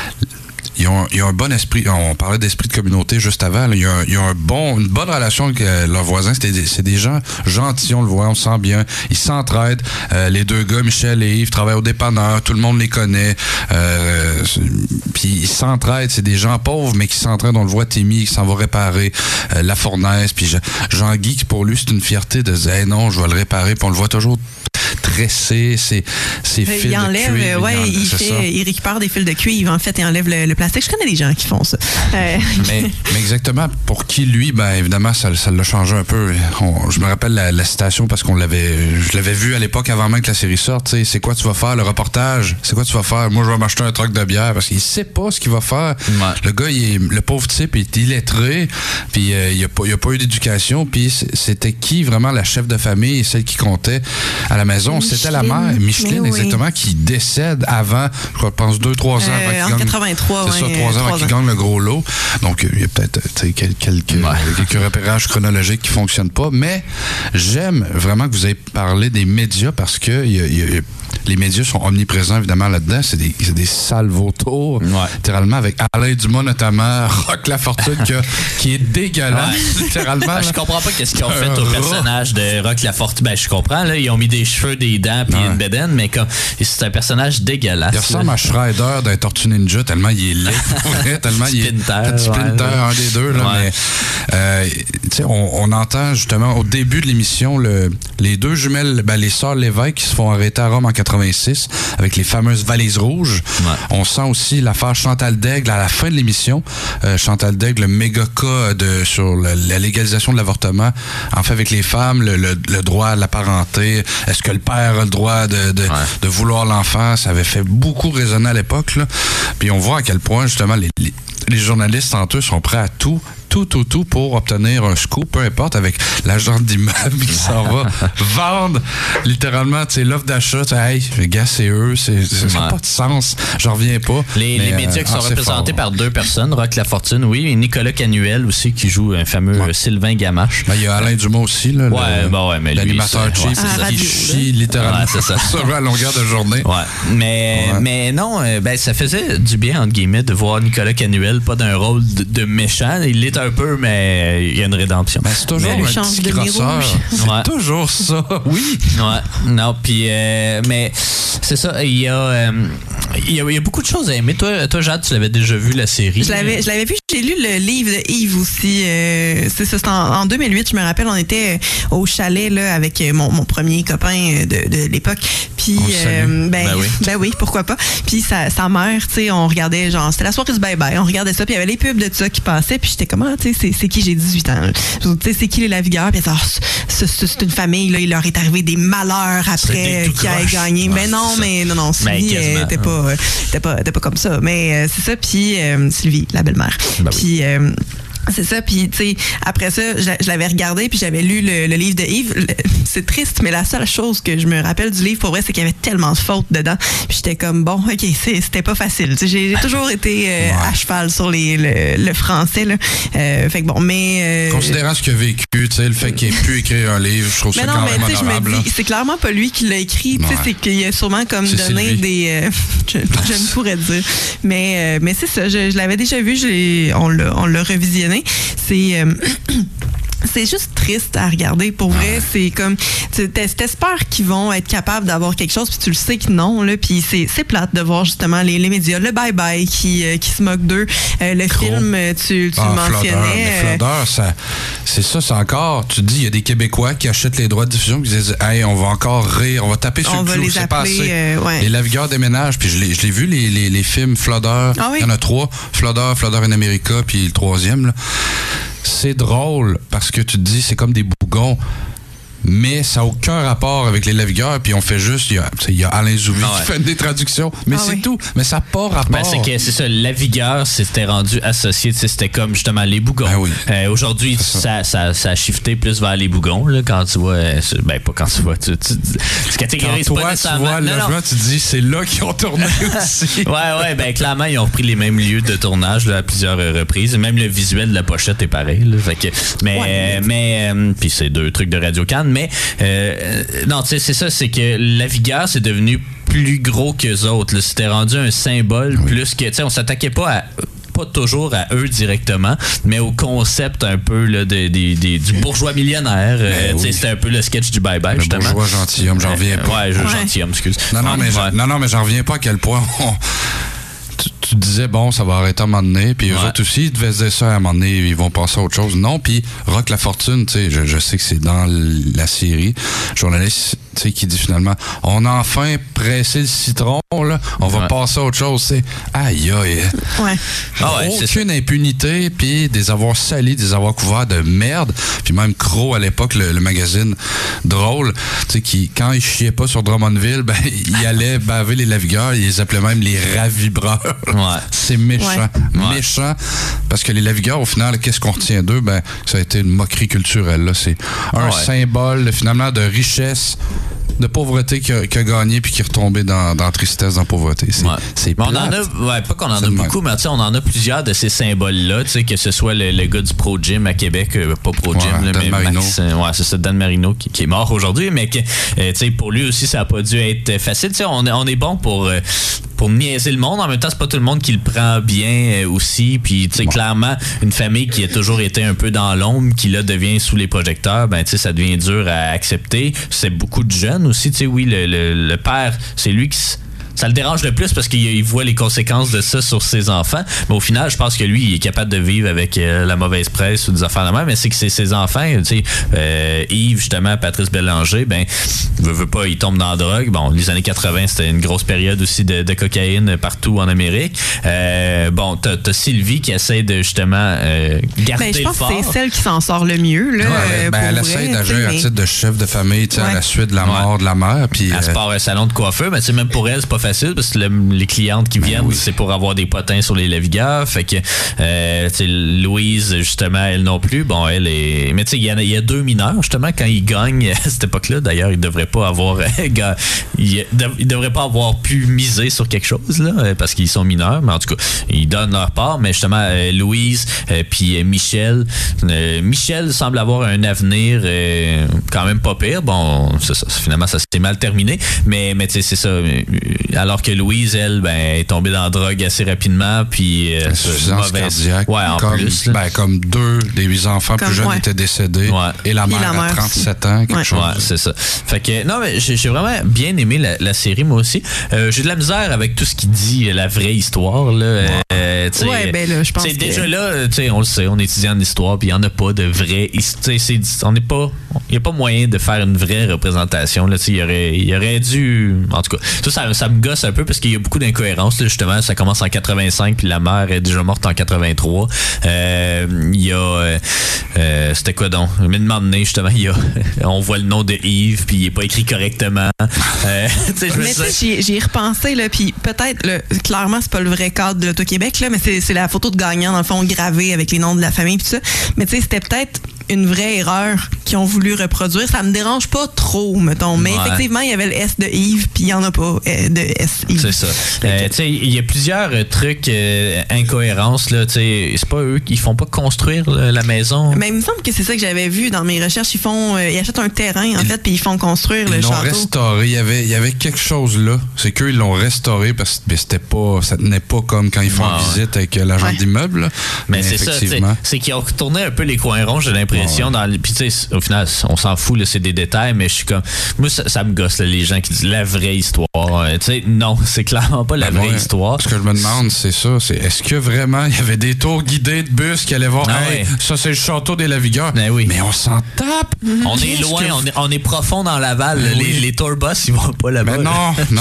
Ils ont, ils ont un bon esprit. On parlait d'esprit de communauté juste avant. Là. Ils, ont, ils ont un bon, une bonne relation avec euh, leurs voisins. C'est des, c'est des gens gentils, on le voit, on se sent bien. Ils s'entraident. Euh, les deux gars, Michel et Yves, travaillent au dépanneur. Tout le monde les connaît. Euh, Puis ils s'entraident. C'est des gens pauvres, mais qui s'entraident. On le voit, Timmy, qui s'en va réparer euh, la fournaise. Puis Jean-Guy, qui pour lui, c'est une fierté de dire hey, non, je vais le réparer. Puis on le voit toujours tressé, ses, ses fils il enlève, de cuivre. Ouais, il, fait, il récupère des fils de cuivre, en fait, et enlève le, le plastique. Je connais des gens qui font ça. Euh. mais, mais exactement, pour qui, lui, ben évidemment, ça, ça l'a changé un peu. On, je me rappelle la, la citation parce qu'on l'avait, je l'avais vu à l'époque avant même que la série sorte. T'sais, c'est quoi tu vas faire, le reportage? C'est quoi tu vas faire? Moi, je vais m'acheter un truck de bière parce qu'il sait pas ce qu'il va faire. Ouais. Le gars, il est, le pauvre type, il est illettré, puis euh, il a pas, il a pas eu d'éducation, puis c'était qui vraiment la chef de famille, celle qui comptait à la maison? Micheline. C'était la mère, Micheline, oui. exactement, qui décède avant, je pense, deux, trois ans euh, avant qu'il en quatre-vingt-trois, c'est ouais, ça, trois ans avant qu'il gagne le gros lot. Donc, il y a peut-être quelques, quelques, ouais. quelques repérages chronologiques qui fonctionnent pas, mais j'aime vraiment que vous ayez parlé des médias parce que y a, y a, les médias sont omniprésents, évidemment, là-dedans. C'est des, c'est des sales vautours, ouais. littéralement, avec Alain Dumas, notamment, Roch Lafortune, qui, a, qui est dégueulasse, ouais. littéralement. Je comprends pas qu'est-ce qu'ils ont fait au personnage de Roch Lafortune. Ben, je comprends, là, ils ont mis des cheveux, des des dents puis Ouais. une bédaine, mais comme c'est un personnage dégueulasse. Il ressemble là. à Shredder d'un Tortue Ninja, tellement il est laid, pour vrai, tellement il est... Splinter, Splinter, ouais. un des deux, là, Ouais. mais euh, tu sais, on, on entend justement au début de l'émission le, les deux jumelles, ben, les sœurs Lévesque qui se font arrêter à Rome en quatre-vingt-six avec les fameuses valises rouges. Ouais. On sent aussi l'affaire Chantal Daigle à la fin de l'émission. Euh, Chantal Daigle, le méga cas de, sur le, la légalisation de l'avortement, en fait avec les femmes, le, le, le droit à la parenté, est-ce que le père a le droit de, de, Ouais. de vouloir l'enfant, ça avait fait beaucoup résonner à l'époque, là. Puis on voit à quel point justement les, les, les journalistes entre eux sont prêts à tout, tout, tout, tout pour obtenir un scoop, peu importe, avec l'agent d'immeuble qui s'en va vendre littéralement, tu sais, l'offre d'achat, tu sais, hey, les gars, c'est eux, c'est, c'est, ça n'a Ouais. pas de sens, j'en reviens pas. Les, Mais, les médias euh, qui sont ah, c'est représentés fort. par deux personnes, Roch Lafortune, oui, et Nicolas Canuel aussi, qui joue un fameux Ouais. Sylvain Gamache. Ben, il y a Alain Dumas aussi, là, Ouais, le- bah ouais, mais lui, l'animateur c'est- cheap ouais, c'est ça. qui Radio, chie littéralement Ouais, c'est ça. sur eux à longueur de journée. Ouais, mais, Ouais. mais non, euh, ben, ça faisait du bien, entre guillemets, de voir Nicolas Canuel, pas d'un rôle de, de méchant. Il l'est un peu, mais il y a une rédemption. Ben, c'est toujours Mais un le change petit de nez grosseur. rouge. C'est Ouais. toujours ça, oui. Ouais, non, puis, euh, mais c'est ça, il y, a, euh, il, y a, il y a beaucoup de choses à aimer. Toi, toi Jade, tu l'avais déjà vu, la série. Je l'avais, je l'avais vu, j'ai lu le livre de Yves aussi. Euh, c'est ça, c'est en, en deux mille huit, je me rappelle, on était au chalet là, avec mon, mon premier copain de, de l'époque. Puis, On le salue. euh, ben, Ben oui. ben oui, pourquoi pas. Puis sa, sa mère, tu sais, on regardait, genre, c'était la soirée du bye-bye, on regardait ça, puis il y avait les pubs de ça qui passaient, puis j'étais comme, ah, tu sais, c'est, c'est qui, j'ai dix-huit ans. Tu sais, c'est qui les Lavigueur? Puis elle dit, ah, c'est, c'est, c'est une famille, là, il leur est arrivé des malheurs C'est après des tout qui a croches. gagné. Ouais, mais non, c'est ça. mais non, non, Ben, Sylvie quasiment. euh, était pas, euh, était pas, était pas comme ça. Mais euh, c'est ça, puis euh, Sylvie, la belle-mère. Ben oui. Puis euh, c'est ça, puis tu sais, après ça, je, je l'avais regardé, puis j'avais lu le, le livre de Yves. Le- c'est triste, mais la seule chose que je me rappelle du livre, pour vrai, c'est qu'il y avait tellement de fautes dedans. Puis j'étais comme, bon, ok, c'est, c'était pas facile. Tu sais, J'ai, j'ai toujours été euh, Ouais. à cheval sur les, le, le français, là. Euh, fait que bon, mais... euh, Considérant ce qu'il a vécu, tu sais, le fait qu'il ait pu écrire un livre, je trouve mais ça non, quand mais même tu sais, je honorable. me là. dis, c'est clairement pas lui qui l'a écrit. Tu sais, Ouais. c'est qu'il a sûrement comme C'est donné Sylvie. des. euh, je, je ne pourrais dire. Mais, euh, mais c'est ça, je, je l'avais déjà vu, je l'ai- on, l'a, on l'a revisionné. C'est. euh, C'est juste triste à regarder. Pour vrai, c'est comme... Tu t'es- t'espères qu'ils vont être capables d'avoir quelque chose, puis tu le sais que non. Là, puis c'est, c'est plate de voir justement les, les médias, le bye-bye qui, euh, qui se moque d'eux. Euh, le Gros. film, euh, tu, tu Ah, le Flodder. mentionnais. Mais euh, Flodder, ça, c'est ça, c'est encore. Tu te dis, il y a des Québécois qui achètent les droits de diffusion qui disent, hey, on va encore rire, on va taper sur On le va clou, les c'est pas appeler, assez. euh, ouais. Les Lavigueurs déménagent, puis je l'ai, je l'ai vu, les, les, les films Flodder. Ah oui? Il y en a trois. Flodder, Flodder in America, puis le troisième, là. C'est drôle parce que tu te dis, c'est comme des bougons. Mais ça n'a aucun rapport avec les Lavigueurs, puis on fait juste, il y a, tu sais, il y a Alain Zouvi Ah qui ouais. fait des traductions, mais Ah c'est oui. tout. Mais ça n'a pas rapport. Ben, c'est que c'est ça, la vigueur s'était rendu associé, tu sais, c'était comme justement les bougons. Ben oui. Euh, aujourd'hui, C'est ça. Ça, ça a shifté plus vers les bougons, là, quand tu vois. euh, c'est- ben, pas quand tu vois. Tu, tu, tu Quand catégorises toi, pas tu nécessairement. vois Non, le non. vent, tu te dis, c'est là qu'ils ont tourné aussi. Ouais, ouais, ben clairement, ils ont repris les mêmes lieux de tournage là, à plusieurs euh, reprises. Même le visuel de la pochette est pareil. Là, fait que, mais, Ouais. euh, mais euh, puis c'est deux trucs de Radio Cannes. Mais euh, non, tu sais, c'est ça, c'est que la vigueur, c'est devenu plus gros qu'eux autres. là. C'était rendu un symbole plus que, tu sais, on s'attaquait pas à pas toujours à eux directement, mais au concept un peu là, de, de- de- du bourgeois millionnaire. Euh, Ben tu sais, oui. C'était un peu le sketch du bye-bye, Le justement. bourgeois gentilhomme, j'en reviens pas. Ouais, je- Ouais. gentilhomme, excuse. Non, non, Ouais, mais ouais. j'en- non, non, mais j'en reviens pas à quel point on- tu, tu disais, bon, ça va arrêter à un moment donné, puis eux Ouais. autres aussi, ils devaient se dire ça à un moment donné, ils vont passer à autre chose. Non, puis Roch Lafortune, tu sais, je, je sais que c'est dans l- la série, journaliste, tu sais, qui dit finalement, on a enfin pressé le citron, là, on va Ouais. passer à autre chose, c'est aïe, aïe. Ouais. Ah ouais, c'est Aucune impunité, puis des avoirs salis, des avoirs couverts de merde, puis même Crow à l'époque, le, le magazine drôle, tu sais, qui, quand il chiait pas sur Drummondville, ben, il allait baver les Lavigueurs, il les appelait même les ravibreurs. Ouais. C'est méchant, Ouais. méchant, parce que les Lavigueurs, au final, qu'est-ce qu'on retient d'eux? Ben, ça a été une moquerie culturelle, là. C'est un Ouais. symbole, finalement, de richesse, de pauvreté qui a, qui a gagné puis qui est retombé dans, dans la tristesse, dans la pauvreté. C'est, Ouais. c'est Mais on en plate. a, ouais, pas qu'on en C'est a le beaucoup, mais tu sais, on en a plusieurs de ces symboles-là, tu sais, que ce soit le, le gars du Pro Gym à Québec, euh, pas Pro Gym, Ouais, là, Dan mais Marino. Max, euh, ouais, c'est ça, Dan Marino qui, qui est mort aujourd'hui, mais que, euh, tu sais, pour lui aussi, ça a pas dû être facile. Tu sais, on, est- on est bon pour, euh, pour pour niaiser le monde. En même temps, c'est pas tout le monde qui le prend bien euh, aussi. Puis, tu sais, bon. clairement, une famille qui a toujours été un peu dans l'ombre, qui là devient sous les projecteurs, ben, tu sais, ça devient dur à accepter. C'est beaucoup de jeunes aussi. Tu sais, oui, le, le, le père, c'est lui qui... Ça le dérange le plus parce qu'il voit les conséquences de ça sur ses enfants. Mais au final, je pense que lui, il est capable de vivre avec euh, la mauvaise presse ou des affaires de même. Mais c'est que c'est ses enfants, tu sais, euh, Yves, justement, Patrice Bélanger, ben, veut, veut pas, il tombe dans la drogue. Bon, les années quatre-vingts, c'était une grosse période aussi de, de cocaïne partout en Amérique. Euh, bon, t'as, t'as Sylvie qui essaie de, justement, euh, garder ben, je pense le fort. que c'est celle qui s'en sort le mieux, là. Ouais, ben, elle essaie d'agir à titre de chef de famille, tu sais, ouais. à la suite de la mort ouais. de la mère. Puis, elle euh... se part un salon de coiffeur, mais tu sais, même pour elle, c'est pas facile parce que le, les clientes qui viennent, ben oui. c'est pour avoir des potins sur les lavigueurs. Fait que, euh, tu sais, Louise, justement, elle non plus. Bon, elle est. Mais tu sais, il y, a, il y a deux mineurs, justement, quand ils gagnent à cette époque-là. D'ailleurs, ils devraient pas avoir. ils, ils devraient pas avoir pu miser sur quelque chose, là, parce qu'ils sont mineurs. Mais en tout cas, ils donnent leur part. Mais justement, euh, Louise, euh, puis euh, Michel. Euh, Michel semble avoir un avenir euh, quand même pas pire. Bon, c'est ça, finalement, ça s'est mal terminé. Mais, mais tu sais, c'est ça. Alors que Louise, elle, ben, est tombée dans la drogue assez rapidement, puis euh, insuffisance cardiaque. Ouais, en comme, plus. Ben, comme deux des huit enfants comme, plus jeunes ouais. étaient décédés, ouais. et la mère, et la mère à trente-sept ans, quelque ouais. chose. Ouais, c'est ça. Fait que, non, mais j'ai, j'ai vraiment bien aimé la, la série, moi aussi. Euh, j'ai de la misère avec tout ce qui dit la vraie histoire, là. Ouais, euh, ouais ben là, je pense que... Déjà là, tu sais, on le sait, on est étudiant en histoire, puis il n'y en a pas de vraie... Tu sais, on n'est pas... Il n'y a pas moyen de faire une vraie représentation, là. Tu sais, il y aurait, il y aurait dû... En tout cas, ça, ça, ça me gosse un peu, parce qu'il y a beaucoup d'incohérences, là, justement. Ça commence en quatre-vingt-cinq, puis la mère est déjà morte en quatre-vingt-trois. Euh, il y a... Euh, euh, c'était quoi donc? Mais de m'emmener, justement, il y a... On voit le nom de Yves, puis il n'est pas écrit correctement. Euh, je mais tu sais, j'y, j'y ai repensé, là, puis peut-être, là, clairement, c'est pas le vrai cadre de l'Auto-Québec, là, mais c'est, c'est la photo de gagnant, dans le fond, gravée avec les noms de la famille, puis tout ça. Mais tu sais, c'était peut-être une vraie erreur qu'ils ont voulu reproduire. Ça me dérange pas trop, mettons. Mais ouais. effectivement, il y avait le S de Yves, puis il n'y en a pas euh, de S Yves. C'est ça. Euh, tu sais, il y a plusieurs euh, trucs, euh, incohérences, là. Tu sais, c'est pas eux qui font pas construire là, la maison. Mais il me semble que c'est ça que j'avais vu dans mes recherches. Ils font, euh, ils achètent un terrain, en ils, fait, puis ils font construire ils le château. Ils l'ont restauré. Il y avait, il y avait quelque chose là. C'est qu'eux, ils l'ont restauré parce que c'était pas, ça tenait pas comme quand ils font wow. une visite avec euh, l'agent ouais. d'immeuble. Là. Mais, Mais c'est ça, c'est qu'ils ont tourné un peu les coins ronds, j'ai l'impression, ouais. dans le, puis tu sais, au final, on s'en fout, là, c'est des détails, mais je suis comme, moi, ça, ça me gosse, là, les gens qui disent la vraie histoire. Euh, tu sais, non, c'est clairement pas la ben vraie moi, histoire. Ce que je me demande, c'est ça, c'est est-ce que vraiment il y avait des tours guidés de bus qui allaient voir, ah, hey, ouais. ça c'est le château des Lavigueurs. Ben oui. Mais on s'en tape. Mm-hmm. On est loin, que... on, est, on est profond dans Laval. Ben les, oui. les tour bus, ils vont pas là-bas. Ben non, non.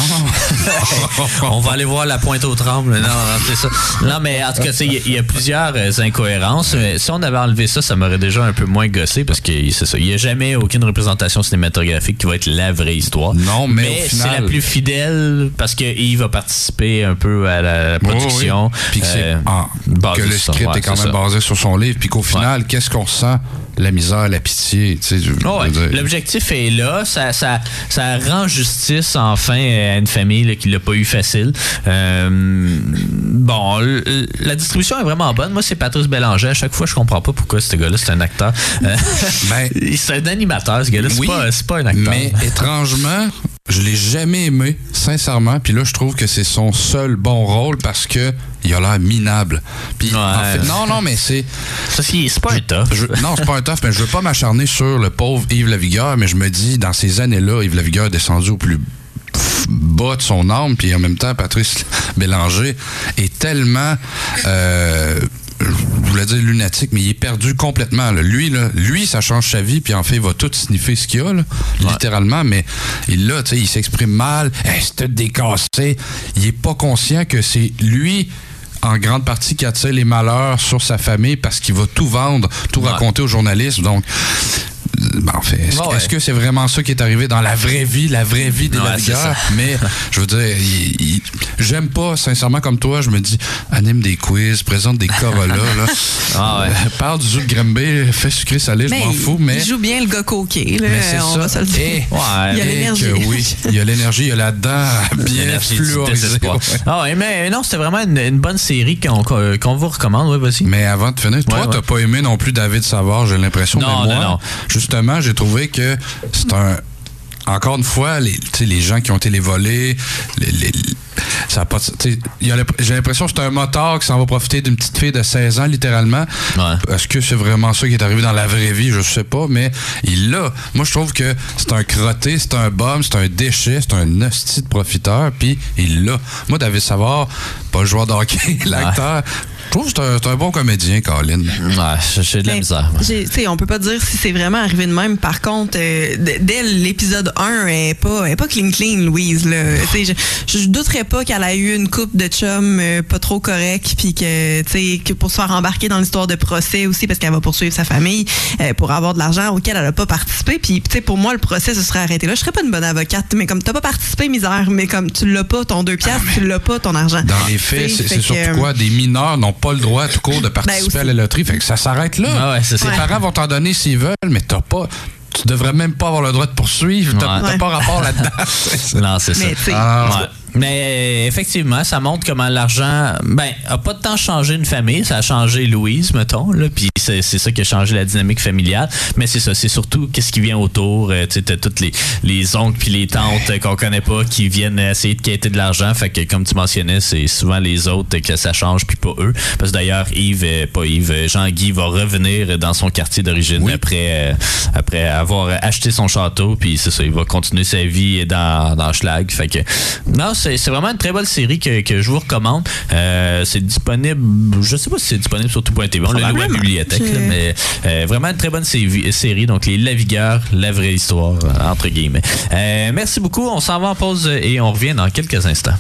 On va aller voir la Pointe-aux-Trembles. Non, non, c'est ça. Non, mais en tout cas, il y, y a plusieurs euh, incohérences. Mais si on avait enlevé ça, ça m'aurait déjà un peu moins gossé parce que c'est ça. Il n'y a jamais aucune représentation cinématographique qui va être la vraie histoire. Non, mais, mais au final... c'est la plus fidèle parce que Yves a participé un peu à la, la production. Oui, oui. Puis que, euh, ah, que le script ouais, est quand même ça. basé sur son livre. Puis qu'au final, ouais. qu'est-ce qu'on ressent? La misère, la pitié. Tu sais, je, oh, ouais. je L'objectif est là. Ça, ça, ça rend justice enfin à une famille là, qui l'a pas eu facile. Euh, bon, l- la distribution est vraiment bonne. Moi, c'est Patrice Bélanger. À chaque fois, je comprends pas pourquoi ce gars-là, c'est un acteur. Euh, ben, c'est un animateur, ce gars-là. C'est, oui, pas, c'est pas un acteur. Mais étrangement, je l'ai jamais aimé, sincèrement. Puis là, je trouve que c'est son seul bon rôle parce que il a l'air minable. Puis ouais. en fait, non, non, mais c'est... Ça, c'est, c'est pas je, un tough. Je, non, c'est pas un tough, mais je veux pas m'acharner sur le pauvre Yves Lavigueur, mais je me dis, dans ces années-là, Yves Lavigueur est descendu au plus bas de son âme, puis en même temps, Patrice Bélanger est tellement... Euh, je voulais dire lunatique, mais il est perdu complètement. Là. Lui, là, lui, ça change sa vie, puis en fait, il va tout sniffer ce qu'il y a, là, ouais. littéralement, mais il là, tu sais, il s'exprime mal, hey, c'est tout décassé. Il est pas conscient que c'est lui, en grande partie, qui attire les malheurs sur sa famille parce qu'il va tout vendre, tout ouais. raconter aux journalistes. Donc, ben, en fait, est-ce, oh, ouais. est-ce que c'est vraiment ça qui est arrivé dans la vraie vie, la vraie vie des ouais, Lavigueurs? Mais, je veux dire, il, il, j'aime pas, sincèrement, comme toi, je me dis, anime des quiz, présente des Corolla, là. Ah ouais. euh, parle du jus de Grimby, fait sucré salé, je m'en fous, mais... Il joue bien le gars coquet, là. Mais c'est on ça. va se le dire. Et, ouais, il y a l'énergie. Que, oui, il y a l'énergie, il y a la dent bien fluorisée. Ouais. Ah ouais, mais non, c'était vraiment une, une bonne série qu'on, qu'on vous recommande, ouais, vas-y. Mais avant de finir, toi, ouais, t'as ouais. pas aimé non plus David Savard, j'ai l'impression, non, mais moi, non, non. justement, j'ai trouvé que c'est un... Encore une fois, les, les gens qui ont été les volés, les, les, ça a pas, tu sais, il y a, j'ai l'impression que c'est un motard qui s'en va profiter d'une petite fille de seize ans, littéralement. Ouais. Est-ce que c'est vraiment ça qui est arrivé dans la vraie vie? Je sais pas, mais il l'a. Moi, je trouve que c'est un crotté, c'est un bum, c'est un déchet, c'est un hostie de profiteur, puis il l'a. Moi, David Savard, pas le joueur de hockey, l'acteur, ouais. Je trouve que c'est un, c'est un bon comédien, Colin. Ouais, j'ai de la mais, misère. Tu sais, on peut pas dire si c'est vraiment arrivé de même. Par contre, euh, d- dès l'épisode un, elle est pas, elle est pas clean clean, Louise. Là. Je, je douterais pas qu'elle a eu une couple de chums euh, pas trop corrects, puis que, tu sais, que pour se faire embarquer dans l'histoire de procès aussi, parce qu'elle va poursuivre sa famille euh, pour avoir de l'argent auquel elle a pas participé. Puis, tu sais, pour moi, le procès se serait arrêté là. Je serais pas une bonne avocate, mais comme t'as pas participé, misère, mais comme tu l'as pas, ton deux piastres, ah, tu l'as pas, ton argent. Dans les faits, c'est, c'est que, surtout euh, quoi? Des mineurs n'ont pas le droit tout court de participer ben à la loterie. Fait que ça s'arrête là. Ah ouais, c'est Tes ouais. parents vont t'en donner s'ils veulent, mais t'as pas. Tu devrais même pas avoir le droit de poursuivre. T'as, ouais. t'as pas rapport là-dedans. Non, c'est mais ça. Ah, ouais. Mais effectivement, ça montre comment l'argent, ben, a pas de temps changé une famille, ça a changé Louise, mettons, là, puis c'est, c'est ça qui a changé la dynamique familiale. Mais c'est ça, c'est surtout qu'est-ce qui vient autour. Euh, tu sais, t'as toutes les, les oncles puis les tantes euh, qu'on connaît pas qui viennent essayer de quêter de l'argent. Fait que comme tu mentionnais, c'est souvent les autres que ça change puis pas eux. Parce que d'ailleurs, Yves, euh, pas Yves, Jean-Guy va revenir dans son quartier d'origine oui. après euh, après avoir acheté son château. Puis c'est ça, il va continuer sa vie dans dans Schlag. Fait que non. C'est, c'est vraiment une très bonne série que, que je vous recommande. Euh, c'est disponible, je sais pas si c'est disponible sur tout point t v. On l'a loué à la bibliothèque, là, mais euh, vraiment une très bonne série, série. Donc, Les Lavigueurs, la vraie histoire, entre guillemets. Euh, merci beaucoup. On s'en va en pause et on revient dans quelques instants.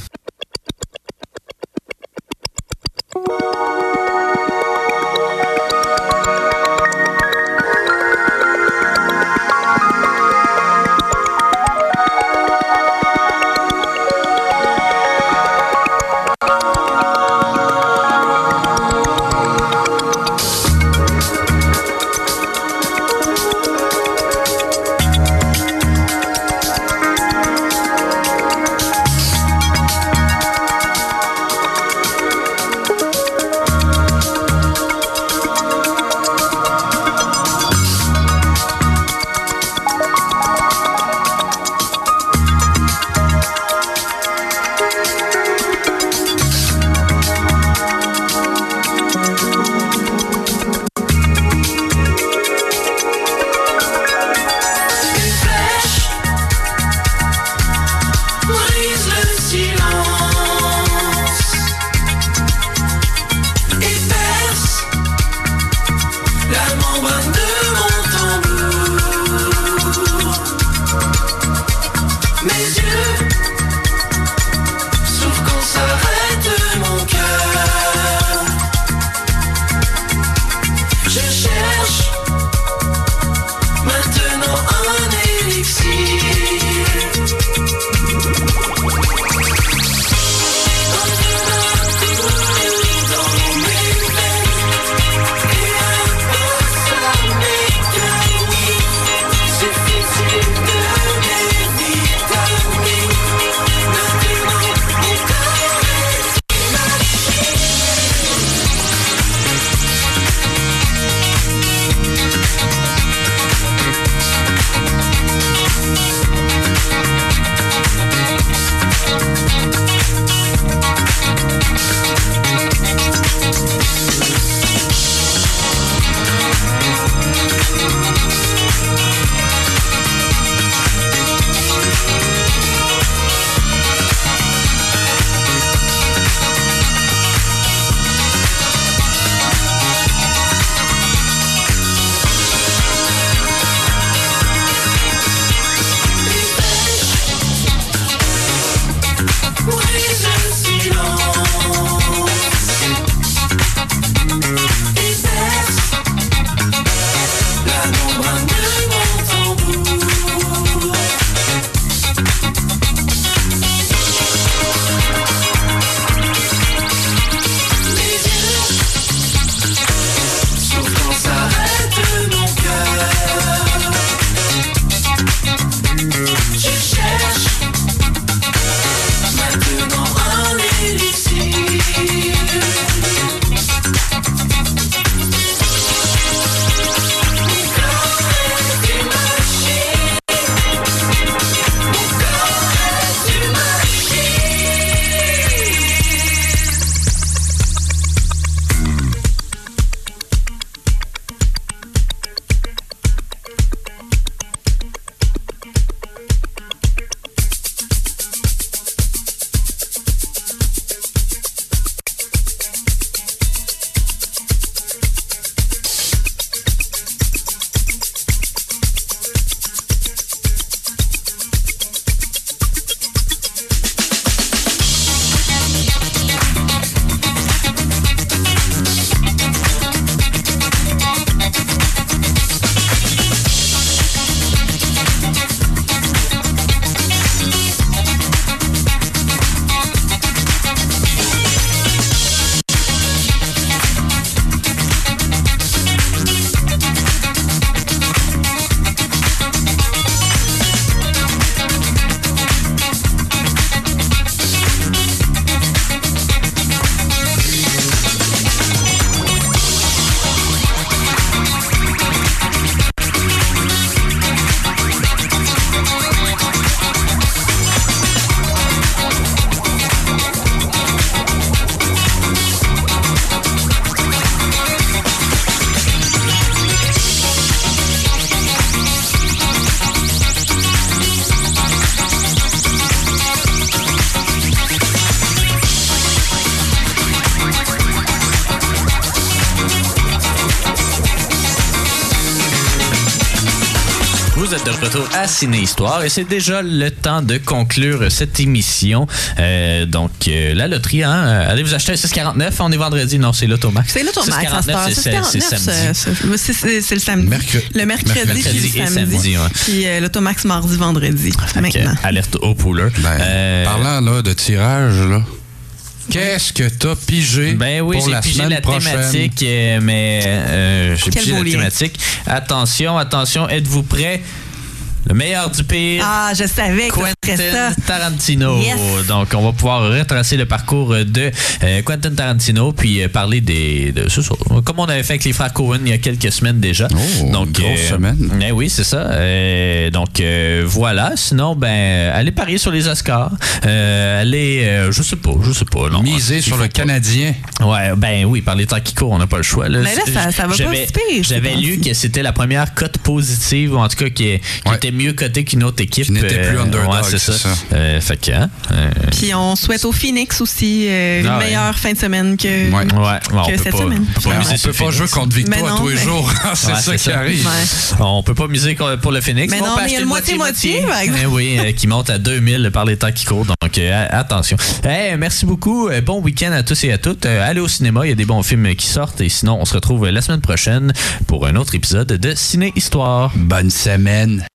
Vous êtes de retour à Ciné-Histoire et c'est déjà le temps de conclure cette émission. Euh, donc, euh, la loterie, hein, allez vous acheter un six quarante-neuf. On est vendredi. Non, c'est l'Automax. C'est l'Automax. six quarante-neuf, c'est, c'est, c'est samedi. C'est, c'est, c'est, c'est le samedi. Mercredi. Le mercredi, Mercredi puis le et samedi. samedi, ouais. Puis euh, l'Automax mardi, vendredi. Maintenant. Okay. Alerte au pooler. Ben, euh, parlant là, de tirage, là. Qu'est-ce que t'as pigé ben oui, pour j'ai la pigé semaine la prochaine? thématique, euh, mais euh, j'ai Quel pigé la lien. thématique. Attention, attention, êtes-vous prêts? Le meilleur du pire. Ah, je savais que Quentin c'était ça. Tarantino. Yes. Donc, on va pouvoir retracer le parcours de euh, Quentin Tarantino puis euh, parler des. De, c'est ça, comme on avait fait avec les frères Coen il y a quelques semaines déjà. Oh, donc, une grosse euh, semaine. Eh oui, c'est ça. Euh, donc, euh, voilà. Sinon, ben, allez parier sur les Oscars. Euh, allez, euh, je sais pas, je sais pas. Non, Miser il sur faut le pas. Canadien. Ouais, ben oui, par les temps qui courent, on n'a pas le choix. Là. Mais là, ça, ça va pas J'avais- si pire, J'avais ces lu temps-ci. que c'était la première cote positive, ou en tout cas qui, qui Ouais. était mieux cotée qu'une autre équipe. Qui n'était plus underdog, ouais, c'est ça. c'est ça. Euh, fait que, hein, euh, Puis on souhaite au Phoenix aussi euh, une Ah ouais. meilleure fin de semaine que. Ouais. ouais, ouais, on que peut cette pas, semaine. on peut pas Ben, miser on sur peut pas Phoenix. jouer contre Victor Mais non, à tous les mais- jours. c'est Ouais, ça c'est qui ça. arrive. Ouais. On peut pas miser pour le Phoenix. Mais on non, peut mais il y a acheter le moitié-moitié, par exemple. Eh oui, euh, qui monte à deux mille par les temps qui courent. Donc, euh, attention. Hey, merci beaucoup. Euh, bon week-end à tous et à toutes. Euh, allez au cinéma, il y a des bons films qui sortent. Et sinon, on se retrouve la semaine prochaine pour un autre épisode de Ciné-Histoire. Bonne semaine.